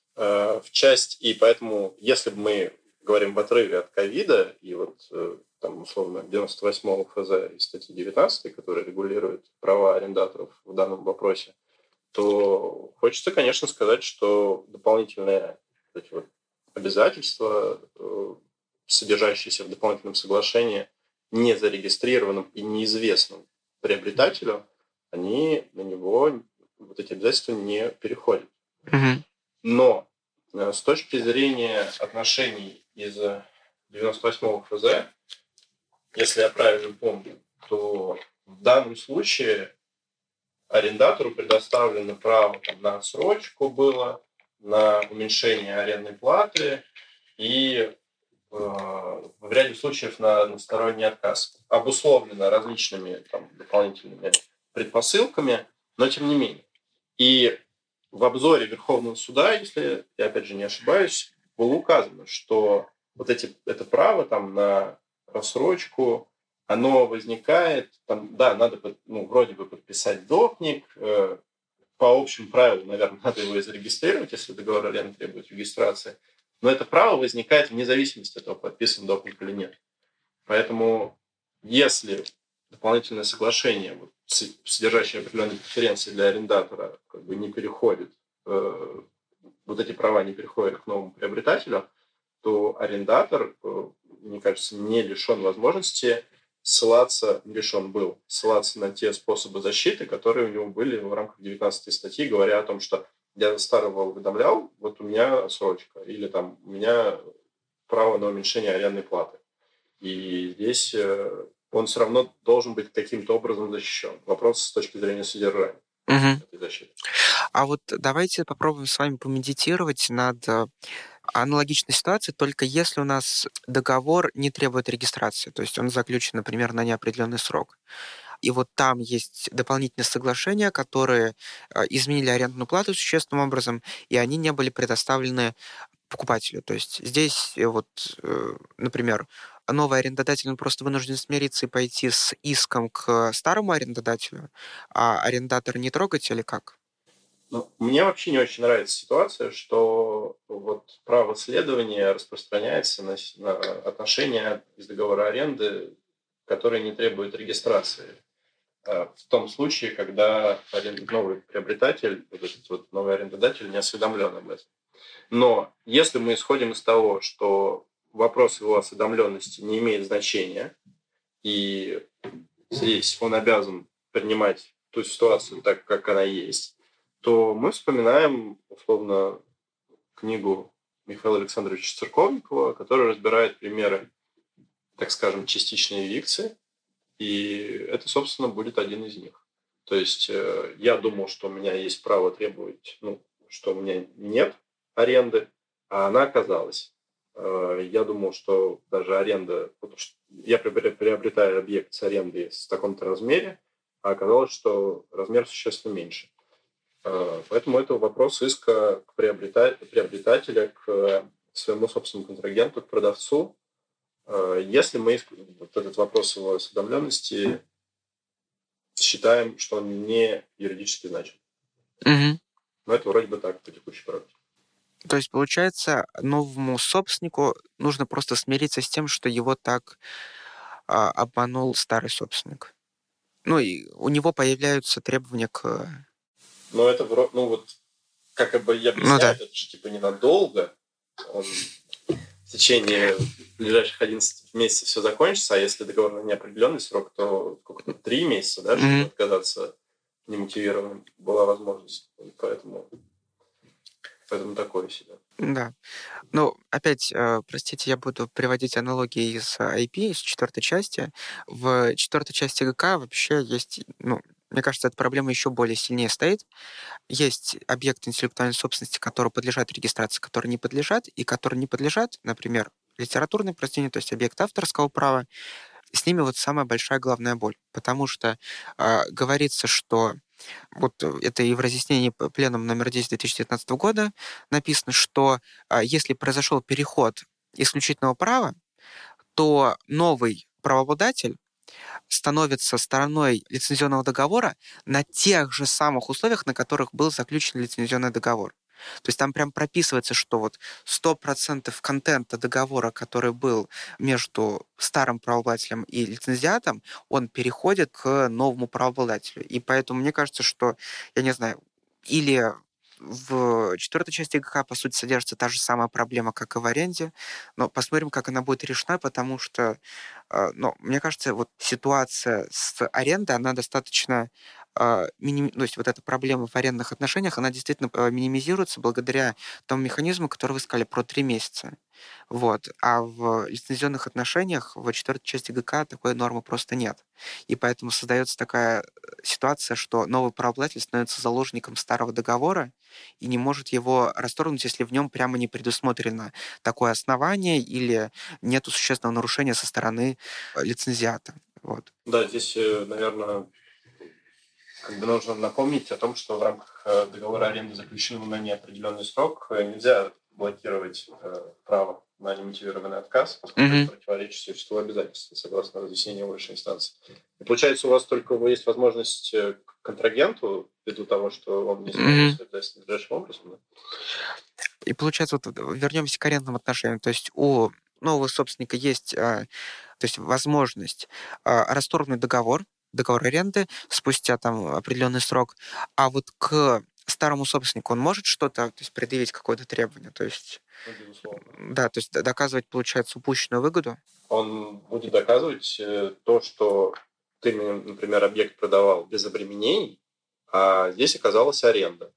И поэтому, если бы мы говорим в отрыве от ковида, и вот там, условно, 98-го ФЗ и статьи 19, которые регулируют права арендаторов в данном вопросе, то хочется, конечно, сказать, что дополнительные эти вот обязательства, содержащиеся в дополнительном соглашении, не зарегистрированным и неизвестным приобретателю, они на него, вот эти обязательства, не переходят. Но с точки зрения отношений из 98-го ФЗ, если я правильно помню, то в данном случае арендатору предоставлено право на отсрочку было, на уменьшение арендной платы и в ряде случаев на односторонний отказ. Обусловлено различными дополнительными предпосылками, но тем не менее. И в обзоре Верховного суда, если я опять же не ошибаюсь, было указано, что вот это право на рассрочку, оно возникает, надо вроде бы подписать допник, по общим правилам, наверное, надо его и зарегистрировать, если договор аренды требует регистрации, но это право возникает вне зависимости от того, подписан допник или нет. Поэтому если дополнительное соглашение, содержащее определенные преференции для арендатора, не переходит, вот эти права не переходят к новому приобретателю, то арендатор, мне кажется, не лишен возможности ссылаться на те способы защиты, которые у него были в рамках 19 статьи, говоря о том, что я старого уведомлял, вот у меня отсрочка, или у меня право на уменьшение арендной платы. И здесь он все равно должен быть каким-то образом защищен. Вопрос с точки зрения содержания этой защиты. А вот давайте попробуем с вами помедитировать над аналогичной ситуацией, только если у нас договор не требует регистрации, то есть он заключен, например, на неопределенный срок. И вот там есть дополнительные соглашения, которые изменили арендную плату существенным образом, и они не были предоставлены покупателю. То есть здесь например, новый арендодатель, он просто вынужден смириться и пойти с иском к старому арендодателю, а арендатор не трогать или как? Мне вообще не очень нравится ситуация, что право следования распространяется на отношения из договора аренды, которые не требуют регистрации. В том случае, когда новый приобретатель, новый арендодатель не осведомлен об этом. Но если мы исходим из того, что вопрос его осведомленности не имеет значения, и здесь он обязан принимать ту ситуацию так, как она есть, то мы вспоминаем, условно, книгу Михаила Александровича Церковникова, которая разбирает примеры, так скажем, частичной эвикции, и это, собственно, будет один из них. То есть я думал, что у меня есть право требовать, что у меня нет аренды, а она оказалась. Я думал, что даже аренда... Я приобретаю объект с арендой в таком-то размере, а оказалось, что размер существенно меньше. Поэтому это вопрос иска к приобретателя, к своему собственному контрагенту, к продавцу. Если мы этот вопрос его осведомленности считаем, что он не юридически значим. Но это вроде бы так по текущей практике. То есть, получается, новому собственнику нужно просто смириться с тем, что его так обманул старый собственник. И у него появляются требования к... Это как бы я объясняю, это же ненадолго. Он в течение ближайших 11 месяцев все закончится, а если договор на неопределенный срок, то 3 месяца, чтобы отказаться немотивированным была возможность. Поэтому такое себе. Да. Ну, опять, простите, я буду приводить аналогии из IP, из четвертой части. В четвертой части ГК вообще есть, мне кажется, эта проблема еще более сильнее стоит. Есть объекты интеллектуальной собственности, которые подлежат регистрации, которые не подлежат, и которые не подлежат, например, литературное произведение, то есть объект авторского права, с ними вот самая большая главная боль, потому что говорится, что вот это и в разъяснении пленума номер 10 2019 года написано, что если произошел переход исключительного права, то новый правообладатель становится стороной лицензионного договора на тех же самых условиях, на которых был заключен лицензионный договор. То есть там прям прописывается, что вот 100% контента договора, который был между старым правообладателем и лицензиатом, он переходит к новому правообладателю. И поэтому мне кажется, что, я не знаю, или в четвертой части ГК, по сути, содержится та же самая проблема, как и в аренде, но посмотрим, как она будет решена, потому что, мне кажется, вот ситуация с арендой, она достаточно то есть вот эта проблема в арендных отношениях, она действительно минимизируется благодаря тому механизму, который вы сказали, про 3 месяца. Вот. А в лицензионных отношениях в четвертой части ГК такой нормы просто нет. И поэтому создается такая ситуация, что новый правообладатель становится заложником старого договора и не может его расторгнуть, если в нем прямо не предусмотрено такое основание или нет существенного нарушения со стороны лицензиата. Вот. Да, здесь, наверное, нужно напомнить о том, что в рамках договора аренды, заключенного на неопределенный срок, нельзя блокировать право на немотивированный отказ, поскольку это противоречит существу обязательств, согласно разъяснению высшей инстанции. И получается, у вас только есть возможность к контрагенту, ввиду того, что он не исполняет свои обязательства надлежащим образом. Да? И получается, вот вернемся к арендным отношениям. То есть у нового собственника есть возможность расторгнуть договор аренды спустя там определенный срок, а вот к старому собственнику он может что-то, то есть предъявить какое-то требование, то есть да, то есть доказывать, получается, упущенную выгоду. Он будет доказывать то, что ты, например, объект продавал без обременений, а здесь оказалась аренда.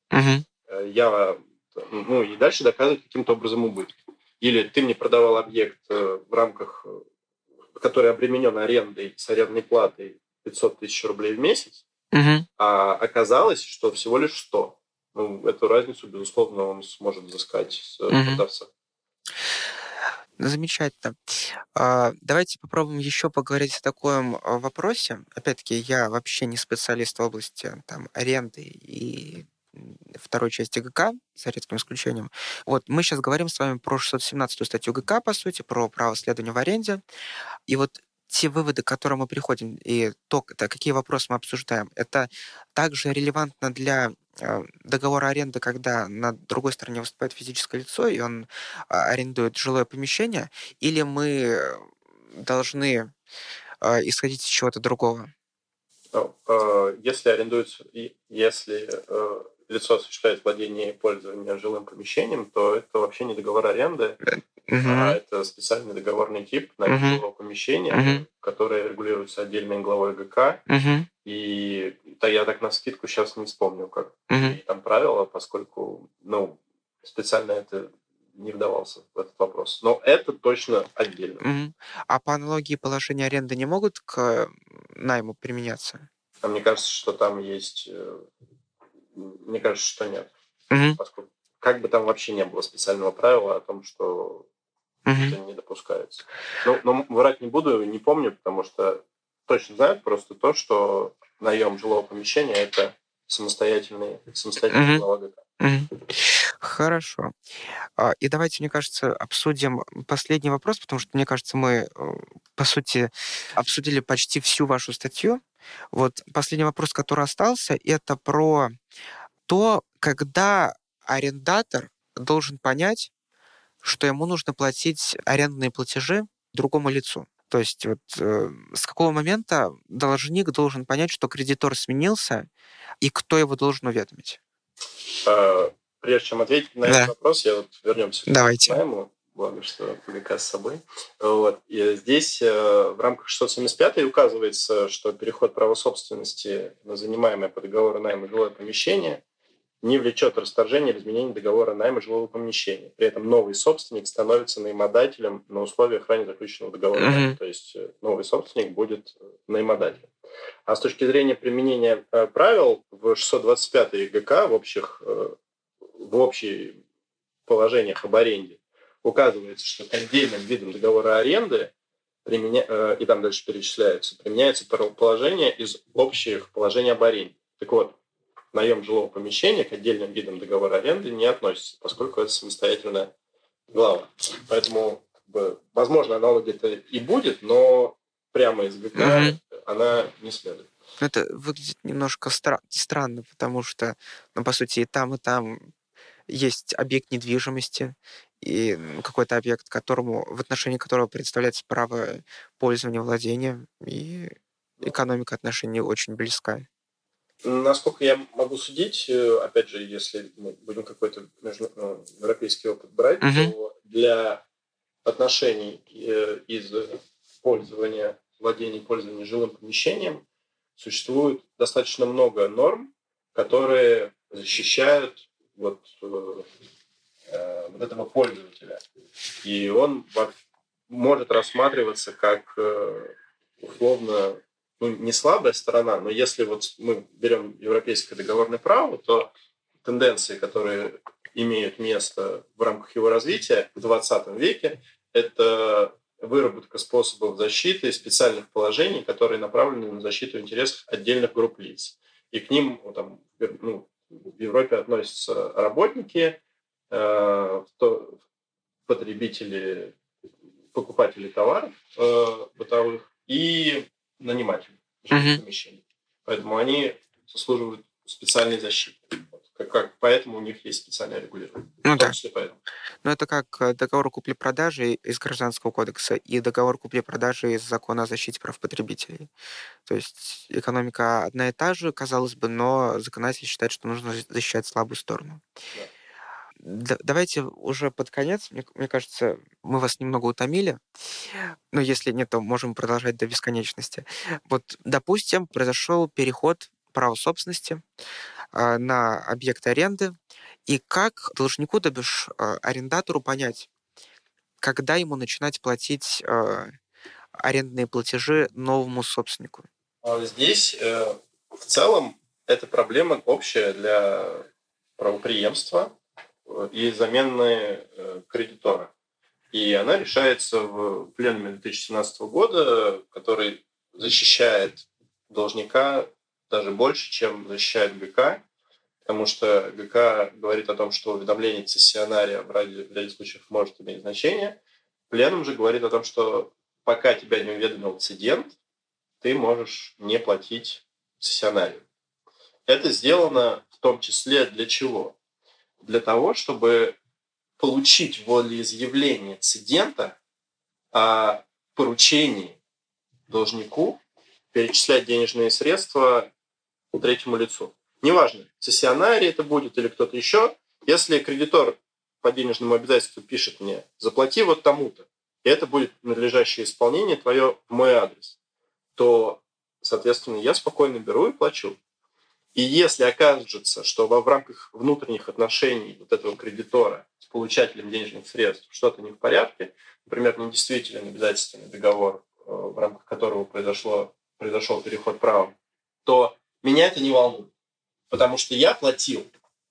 И дальше доказывать каким-то образом убытки. Или ты мне продавал объект в рамках, который обременен арендой с арендной платой 500 тысяч рублей в месяц, а оказалось, что всего лишь 100. Эту разницу, безусловно, он сможет взыскать с продавца. Замечательно. Давайте попробуем еще поговорить о таком вопросе. Опять-таки, я вообще не специалист в области аренды и второй части ГК, за редким исключением. Вот мы сейчас говорим с вами про 617 статью ГК, по сути, про право следования в аренде. И вот те выводы, к которым мы приходим, и какие вопросы мы обсуждаем, это также релевантно для договора аренды, когда на другой стороне выступает физическое лицо, и он арендует жилое помещение, или мы должны исходить из чего-то другого? Если лицо осуществляет владение и пользование жилым помещением, то это вообще не договор аренды, а это специальный договорный тип на жилого помещения, который регулируется отдельной главой ГК. И я так навскидку сейчас не вспомню, как там правила, поскольку специально это не вдавался в этот вопрос. Но это точно отдельно. А по аналогии положения аренды не могут к найму применяться? А мне кажется, что там есть... Мне кажется, что нет. Поскольку как бы там вообще не было специального правила о том, что это не допускается. Но врать не буду, не помню, потому что точно знаю просто то, что наем жилого помещения – это самостоятельный глава ГК. Хорошо. И давайте, мне кажется, обсудим последний вопрос, потому что, мне кажется, мы, по сути, обсудили почти всю вашу статью. Вот последний вопрос, который остался, это про то, когда арендатор должен понять, что ему нужно платить арендные платежи другому лицу. То есть с какого момента должник должен понять, что кредитор сменился, и кто его должен уведомить? Прежде чем ответить на этот вопрос, вернемся к найму. благо, что ГК с собой. Вот. И здесь в рамках 675 указывается, что переход права собственности на занимаемое по договору найма жилое помещение не влечет расторжения или изменения договора найма жилого помещения. При этом новый собственник становится наимодателем на условиях ранее заключенного договора найма. То есть новый собственник будет наимодателем. А с точки зрения применения правил в 625 ГК в общих положениях об аренде указывается, что к отдельным видам договора аренды и там дальше перечисляется, применяется положение из общих положений об аренде. Так вот, наем жилого помещения к отдельным видам договора аренды не относится, поскольку это самостоятельная глава. Поэтому, возможно, аналогия-то и будет, но прямо из ГК она не следует. Это выглядит немножко странно, потому что, по сути, и там есть объект недвижимости, и какой-то объект, в отношении которого представляется право пользования, владения, и экономика отношений очень близка. Насколько я могу судить, опять же, если мы будем какой-то европейский опыт брать, то для отношений из пользования, владения и пользования жилым помещением существует достаточно много норм, которые защищают вот этого пользователя. И он может рассматриваться как условно не слабая сторона, но если вот мы берем европейское договорное право, то тенденции, которые имеют место в рамках его развития в 20 веке, это выработка способов защиты и специальных положений, которые направлены на защиту интересов отдельных групп лиц. И к ним в Европе относятся работники, потребители, покупатели товаров бытовых и наниматели жилых помещений. Поэтому они заслуживают специальной защиты. Поэтому у них есть специальное регулирование. В том числе поэтому. Это как договор купли-продажи из Гражданского кодекса и договор купли-продажи из Закона о защите прав потребителей. То есть экономика одна и та же, казалось бы, но законодатель считает, что нужно защищать слабую сторону. Давайте уже под конец, мне кажется, мы вас немного утомили, но если нет, то можем продолжать до бесконечности. Вот, допустим, произошел переход права собственности на объект аренды, и как должнику, то бишь арендатору, понять, когда ему начинать платить арендные платежи новому собственнику? Здесь в целом эта проблема общая для правопреемства и замены кредитора. И она решается в пленуме 2017 года, который защищает должника даже больше, чем защищает ГК, потому что ГК говорит о том, что уведомление цессионария в ряде случаев может иметь значение. Пленум же говорит о том, что пока тебя не уведомил цедент, ты можешь не платить цессионарию. Это сделано в том числе для чего? Для того, чтобы получить волеизъявление цедента о поручении должнику перечислять денежные средства третьему лицу. Неважно, цессионарий это будет или кто-то еще. Если кредитор по денежному обязательству пишет мне «заплати вот тому-то», и это будет надлежащее исполнение твое в мой адрес, то, соответственно, я спокойно беру и плачу. И если окажется, что в рамках внутренних отношений вот этого кредитора с получателем денежных средств что-то не в порядке, например, недействителен обязательственный договор, в рамках которого произошел переход права, то меня это не волнует. Потому что я платил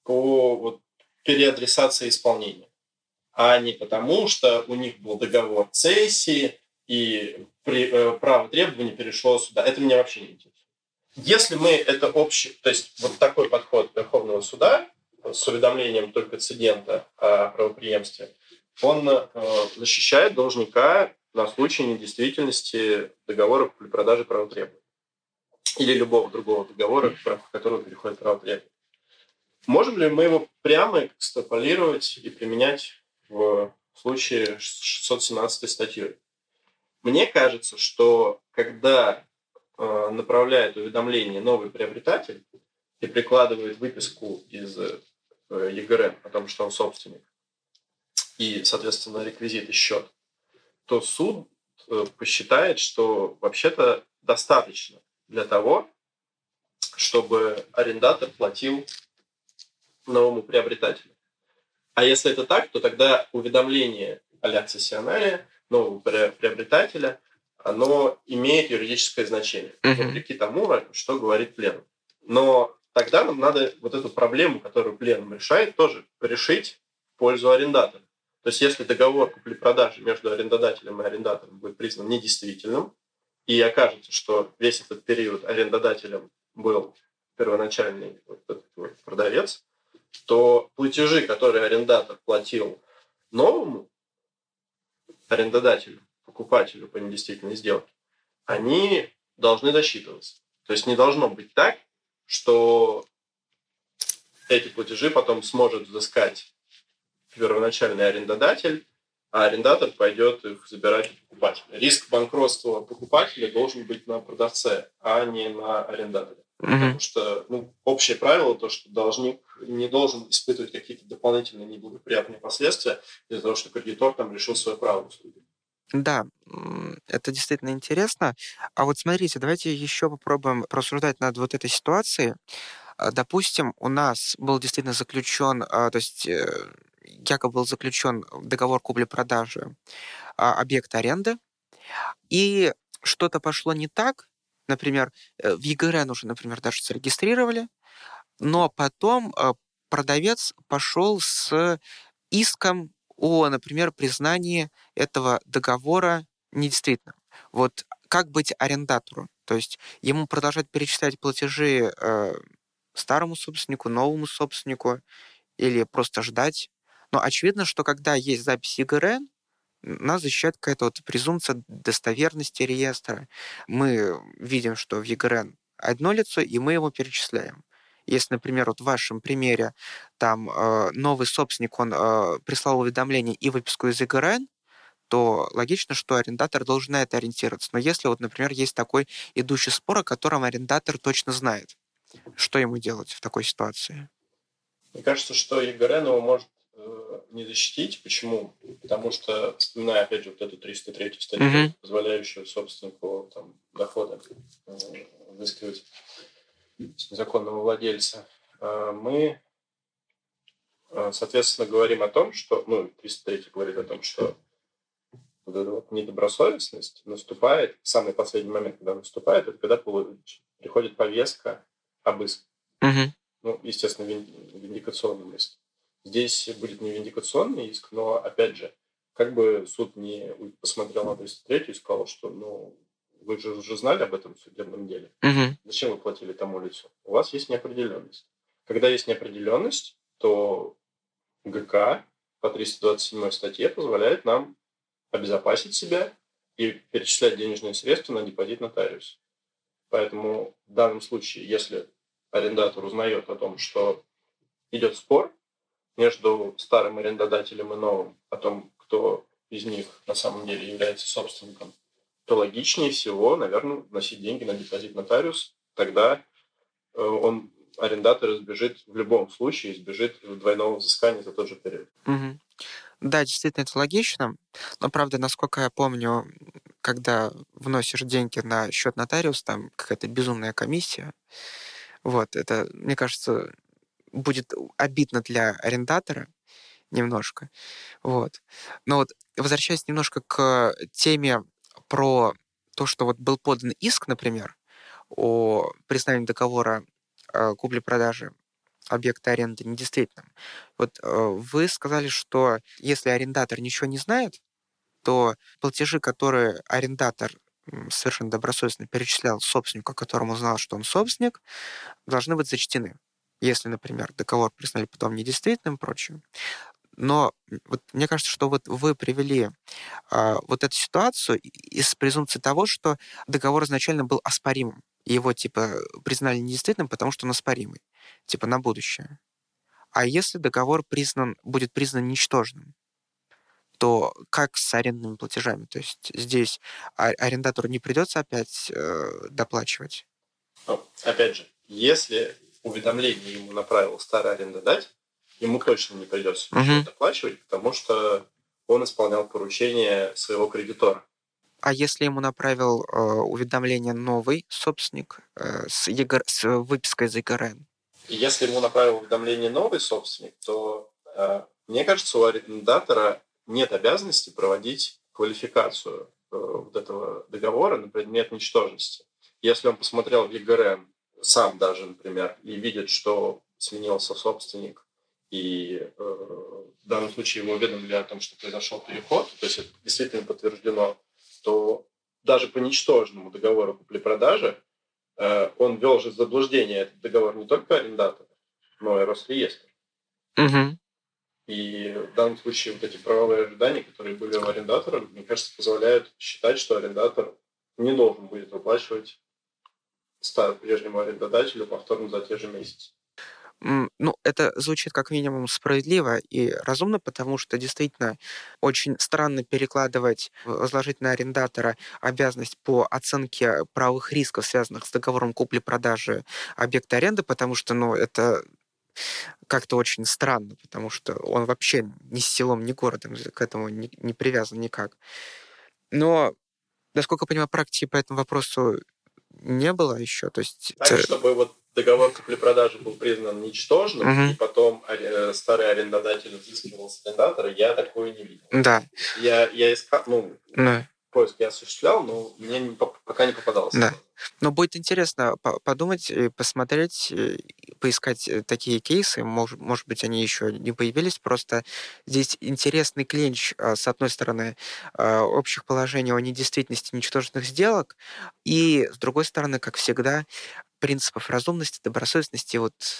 по переадресации исполнения, а не потому, что у них был договор цессии и право требования перешло сюда. Это меня вообще не интересует. Если мы это общий, то есть вот такой подход Верховного суда с уведомлением только цедента о правопреемстве, он защищает должника на случай недействительности договора купли-продажи права требования или любого другого договора, в рамках которого переходит право требования. Можем ли мы его прямо экстраполировать и применять в случае с 617 статьей? Мне кажется, что когда направляет уведомление новый приобретатель и прикладывает выписку из ЕГРН о том, что он собственник, и, соответственно, реквизит и счет, то суд посчитает, что вообще-то достаточно для того, чтобы арендатор платил новому приобретателю. А если это так, то тогда уведомление а-ля цессионария нового приобретателя, оно имеет юридическое значение, вопреки тому, что говорит пленум. Но тогда нам надо вот эту проблему, которую пленум решает, тоже решить в пользу арендатора. То есть если договор купли-продажи между арендодателем и арендатором будет признан недействительным, и окажется, что весь этот период арендодателем был первоначальный вот этот вот продавец, то платежи, которые арендатор платил новому арендодателю, покупателю по недействительной сделке, они должны досчитываться. То есть не должно быть так, что эти платежи потом сможет взыскать первоначальный арендодатель, а арендатор пойдет их забирать у покупателя. Риск банкротства покупателя должен быть на продавце, а не на арендаторе. Потому что общее правило то, что должник не должен испытывать какие-то дополнительные неблагоприятные последствия из-за того, что кредитор там решил свое право уступить. Да, это действительно интересно. А вот смотрите, давайте еще попробуем порассуждать над вот этой ситуацией. Допустим, у нас был действительно заключен, то есть якобы был заключен договор купли-продажи объекта аренды, и что-то пошло не так, например, в ЕГРН уже, например, даже зарегистрировали, но потом продавец пошел с иском о, например, признании этого договора недействительным. Вот как быть арендатору? То есть ему продолжать перечислять платежи старому собственнику, новому собственнику или просто ждать? Но очевидно, что когда есть запись ЕГРН, нас защищает какая-то вот презумпция достоверности реестра. Мы видим, что в ЕГРН одно лицо, и мы его перечисляем. Если, например, вот в вашем примере там новый собственник, он прислал уведомление и выписку из ЕГРН, то логично, что арендатор должен на это ориентироваться. Но если вот, например, есть такой идущий спор, о котором арендатор точно знает, что ему делать в такой ситуации? Мне кажется, что ЕГРН его может не защитить. Почему? Потому что, вспоминая, опять же, вот эту 303 статью, позволяющую собственнику там, дохода взыскивать с незаконного владельца, мы, соответственно, говорим о том, что, 303 говорит о том, что вот эта вот недобросовестность наступает, самый последний момент, когда наступает, это когда приходит повестка об иске. Естественно, виндикационный иск. Здесь будет не виндикационный иск, но, опять же, как бы суд не посмотрел на 303 и сказал, что, вы же уже знали об этом судебном деле. Зачем вы платили тому лицу? У вас есть неопределенность. Когда есть неопределенность, то ГК по 327 статье позволяет нам обезопасить себя и перечислять денежные средства на депозит нотариуса. Поэтому в данном случае, если арендатор узнает о том, что идет спор между старым арендодателем и новым, о том, кто из них на самом деле является собственником, то логичнее всего, наверное, вносить деньги на депозит нотариус. Тогда арендатор избежит в любом случае двойного взыскания за тот же период. Да, действительно, это логично. Но, правда, насколько я помню, когда вносишь деньги на счет нотариуса, там какая-то безумная комиссия. Вот, это, мне кажется, будет обидно для арендатора немножко. Вот. Но вот, возвращаясь немножко к теме про то, что вот был подан иск, например, о признании договора купли-продажи объекта аренды недействительным. Вот вы сказали, что если арендатор ничего не знает, то платежи, которые арендатор совершенно добросовестно перечислял собственнику, которому знал, что он собственник, должны быть зачтены. Если, например, договор признали потом недействительным и прочее. Но вот мне кажется, что вот вы привели вот эту ситуацию из презумпции того, что договор изначально был оспоримым. И его, признали недействительным, потому что он оспоримый. На будущее. А если договор будет признан ничтожным, то как с арендными платежами? То есть здесь арендатору не придется опять доплачивать? Опять же, если уведомление ему направил старый арендодатель, ему точно не придется ничего доплачивать, потому что он исполнял поручение своего кредитора. А если ему направил уведомление новый собственник с выпиской из ЕГРН? Если ему направил уведомление новый собственник, то, мне кажется, у арендатора нет обязанности проводить квалификацию вот этого договора на предмет ничтожности. Если он посмотрел в ЕГРН сам даже, например, и видит, что сменился собственник, и в данном случае его уведомили о том, что произошел переход, то есть это действительно подтверждено, то даже по ничтожному договору купли-продажи он ввел же в заблуждение этот договор не только арендатора, но и Росреестр. Угу. И в данном случае вот эти правовые ожидания, которые были у арендатора, мне кажется, позволяют считать, что арендатор не должен будет выплачивать прежнему арендодателю повторно за те же месяцы. Ну, это звучит как минимум справедливо и разумно, потому что действительно очень странно возложить на арендатора обязанность по оценке правовых рисков, связанных с договором купли-продажи объекта аренды, потому что, это как-то очень странно, потому что он вообще ни с селом, ни городом к этому не привязан никак. Но, насколько я понимаю, практики по этому вопросу не было еще. То есть так, чтобы вот договор купли-продажи был признан ничтожным, и потом старый арендодатель взыскивал с арендатора, я такое не видел. Да. Я искал, поиск я осуществлял, но мне пока не попадалось. Да. Но будет интересно подумать, посмотреть, поискать такие кейсы. Может быть, они еще не появились. Просто здесь интересный клинч, с одной стороны, общих положений о недействительности ничтожных сделок, и, с другой стороны, как всегда, принципов разумности, добросовестности.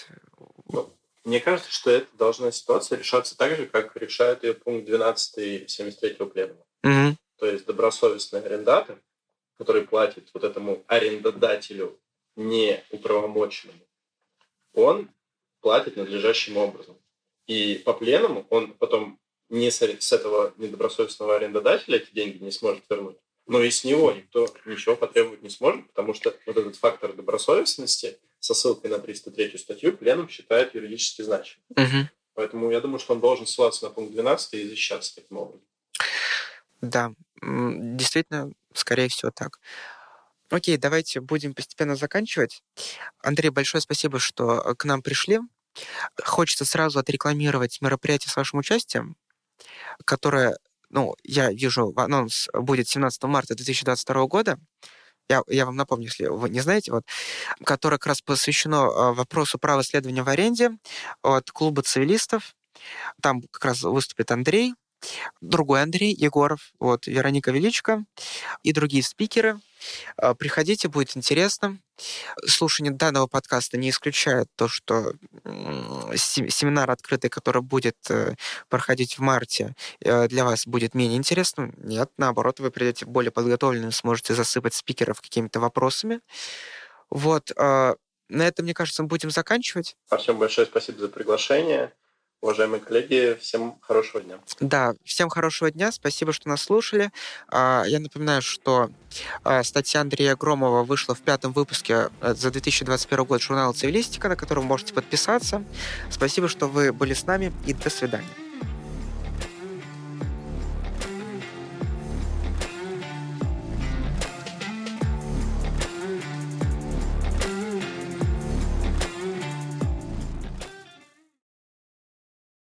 Мне кажется, что эта должна ситуация решаться так же, как решает ее пункт 12 73-го пленума. Угу. То есть добросовестный арендатор, который платит вот этому арендодателю неуправомоченному, он платит надлежащим образом. И по пленуму он потом с этого недобросовестного арендодателя эти деньги не сможет вернуть. Но и с него никто ничего потребовать не сможет, потому что вот этот фактор добросовестности со ссылкой на 303 статью пленум считает юридически значимым. Угу. Поэтому я думаю, что он должен ссылаться на пункт 12 и защищаться таким образом. Да, действительно, скорее всего, так. Окей, давайте будем постепенно заканчивать. Андрей, большое спасибо, что к нам пришли. Хочется сразу отрекламировать мероприятие с вашим участием, которое, я вижу, анонс будет 17 марта 2022 года. Я вам напомню, если вы не знаете, которое как раз посвящено вопросу права исследования в аренде от клуба цивилистов. Там как раз выступит Андрей, другой Андрей Егоров, Вероника Величко и другие спикеры. Приходите, будет интересно. Слушание данного подкаста не исключает то, что семинар открытый, который будет проходить в марте, для вас будет менее интересным. Нет, наоборот, вы придете более подготовленным, сможете засыпать спикеров какими-то вопросами. На этом, мне кажется, мы будем заканчивать. Артем, большое спасибо за приглашение. Уважаемые коллеги, всем хорошего дня. Да, всем хорошего дня. Спасибо, что нас слушали. Я напоминаю, что статья Андрея Громова вышла в 5-м выпуске за 2021 год журнала «Цивилистика», на который вы можете подписаться. Спасибо, что вы были с нами, и до свидания.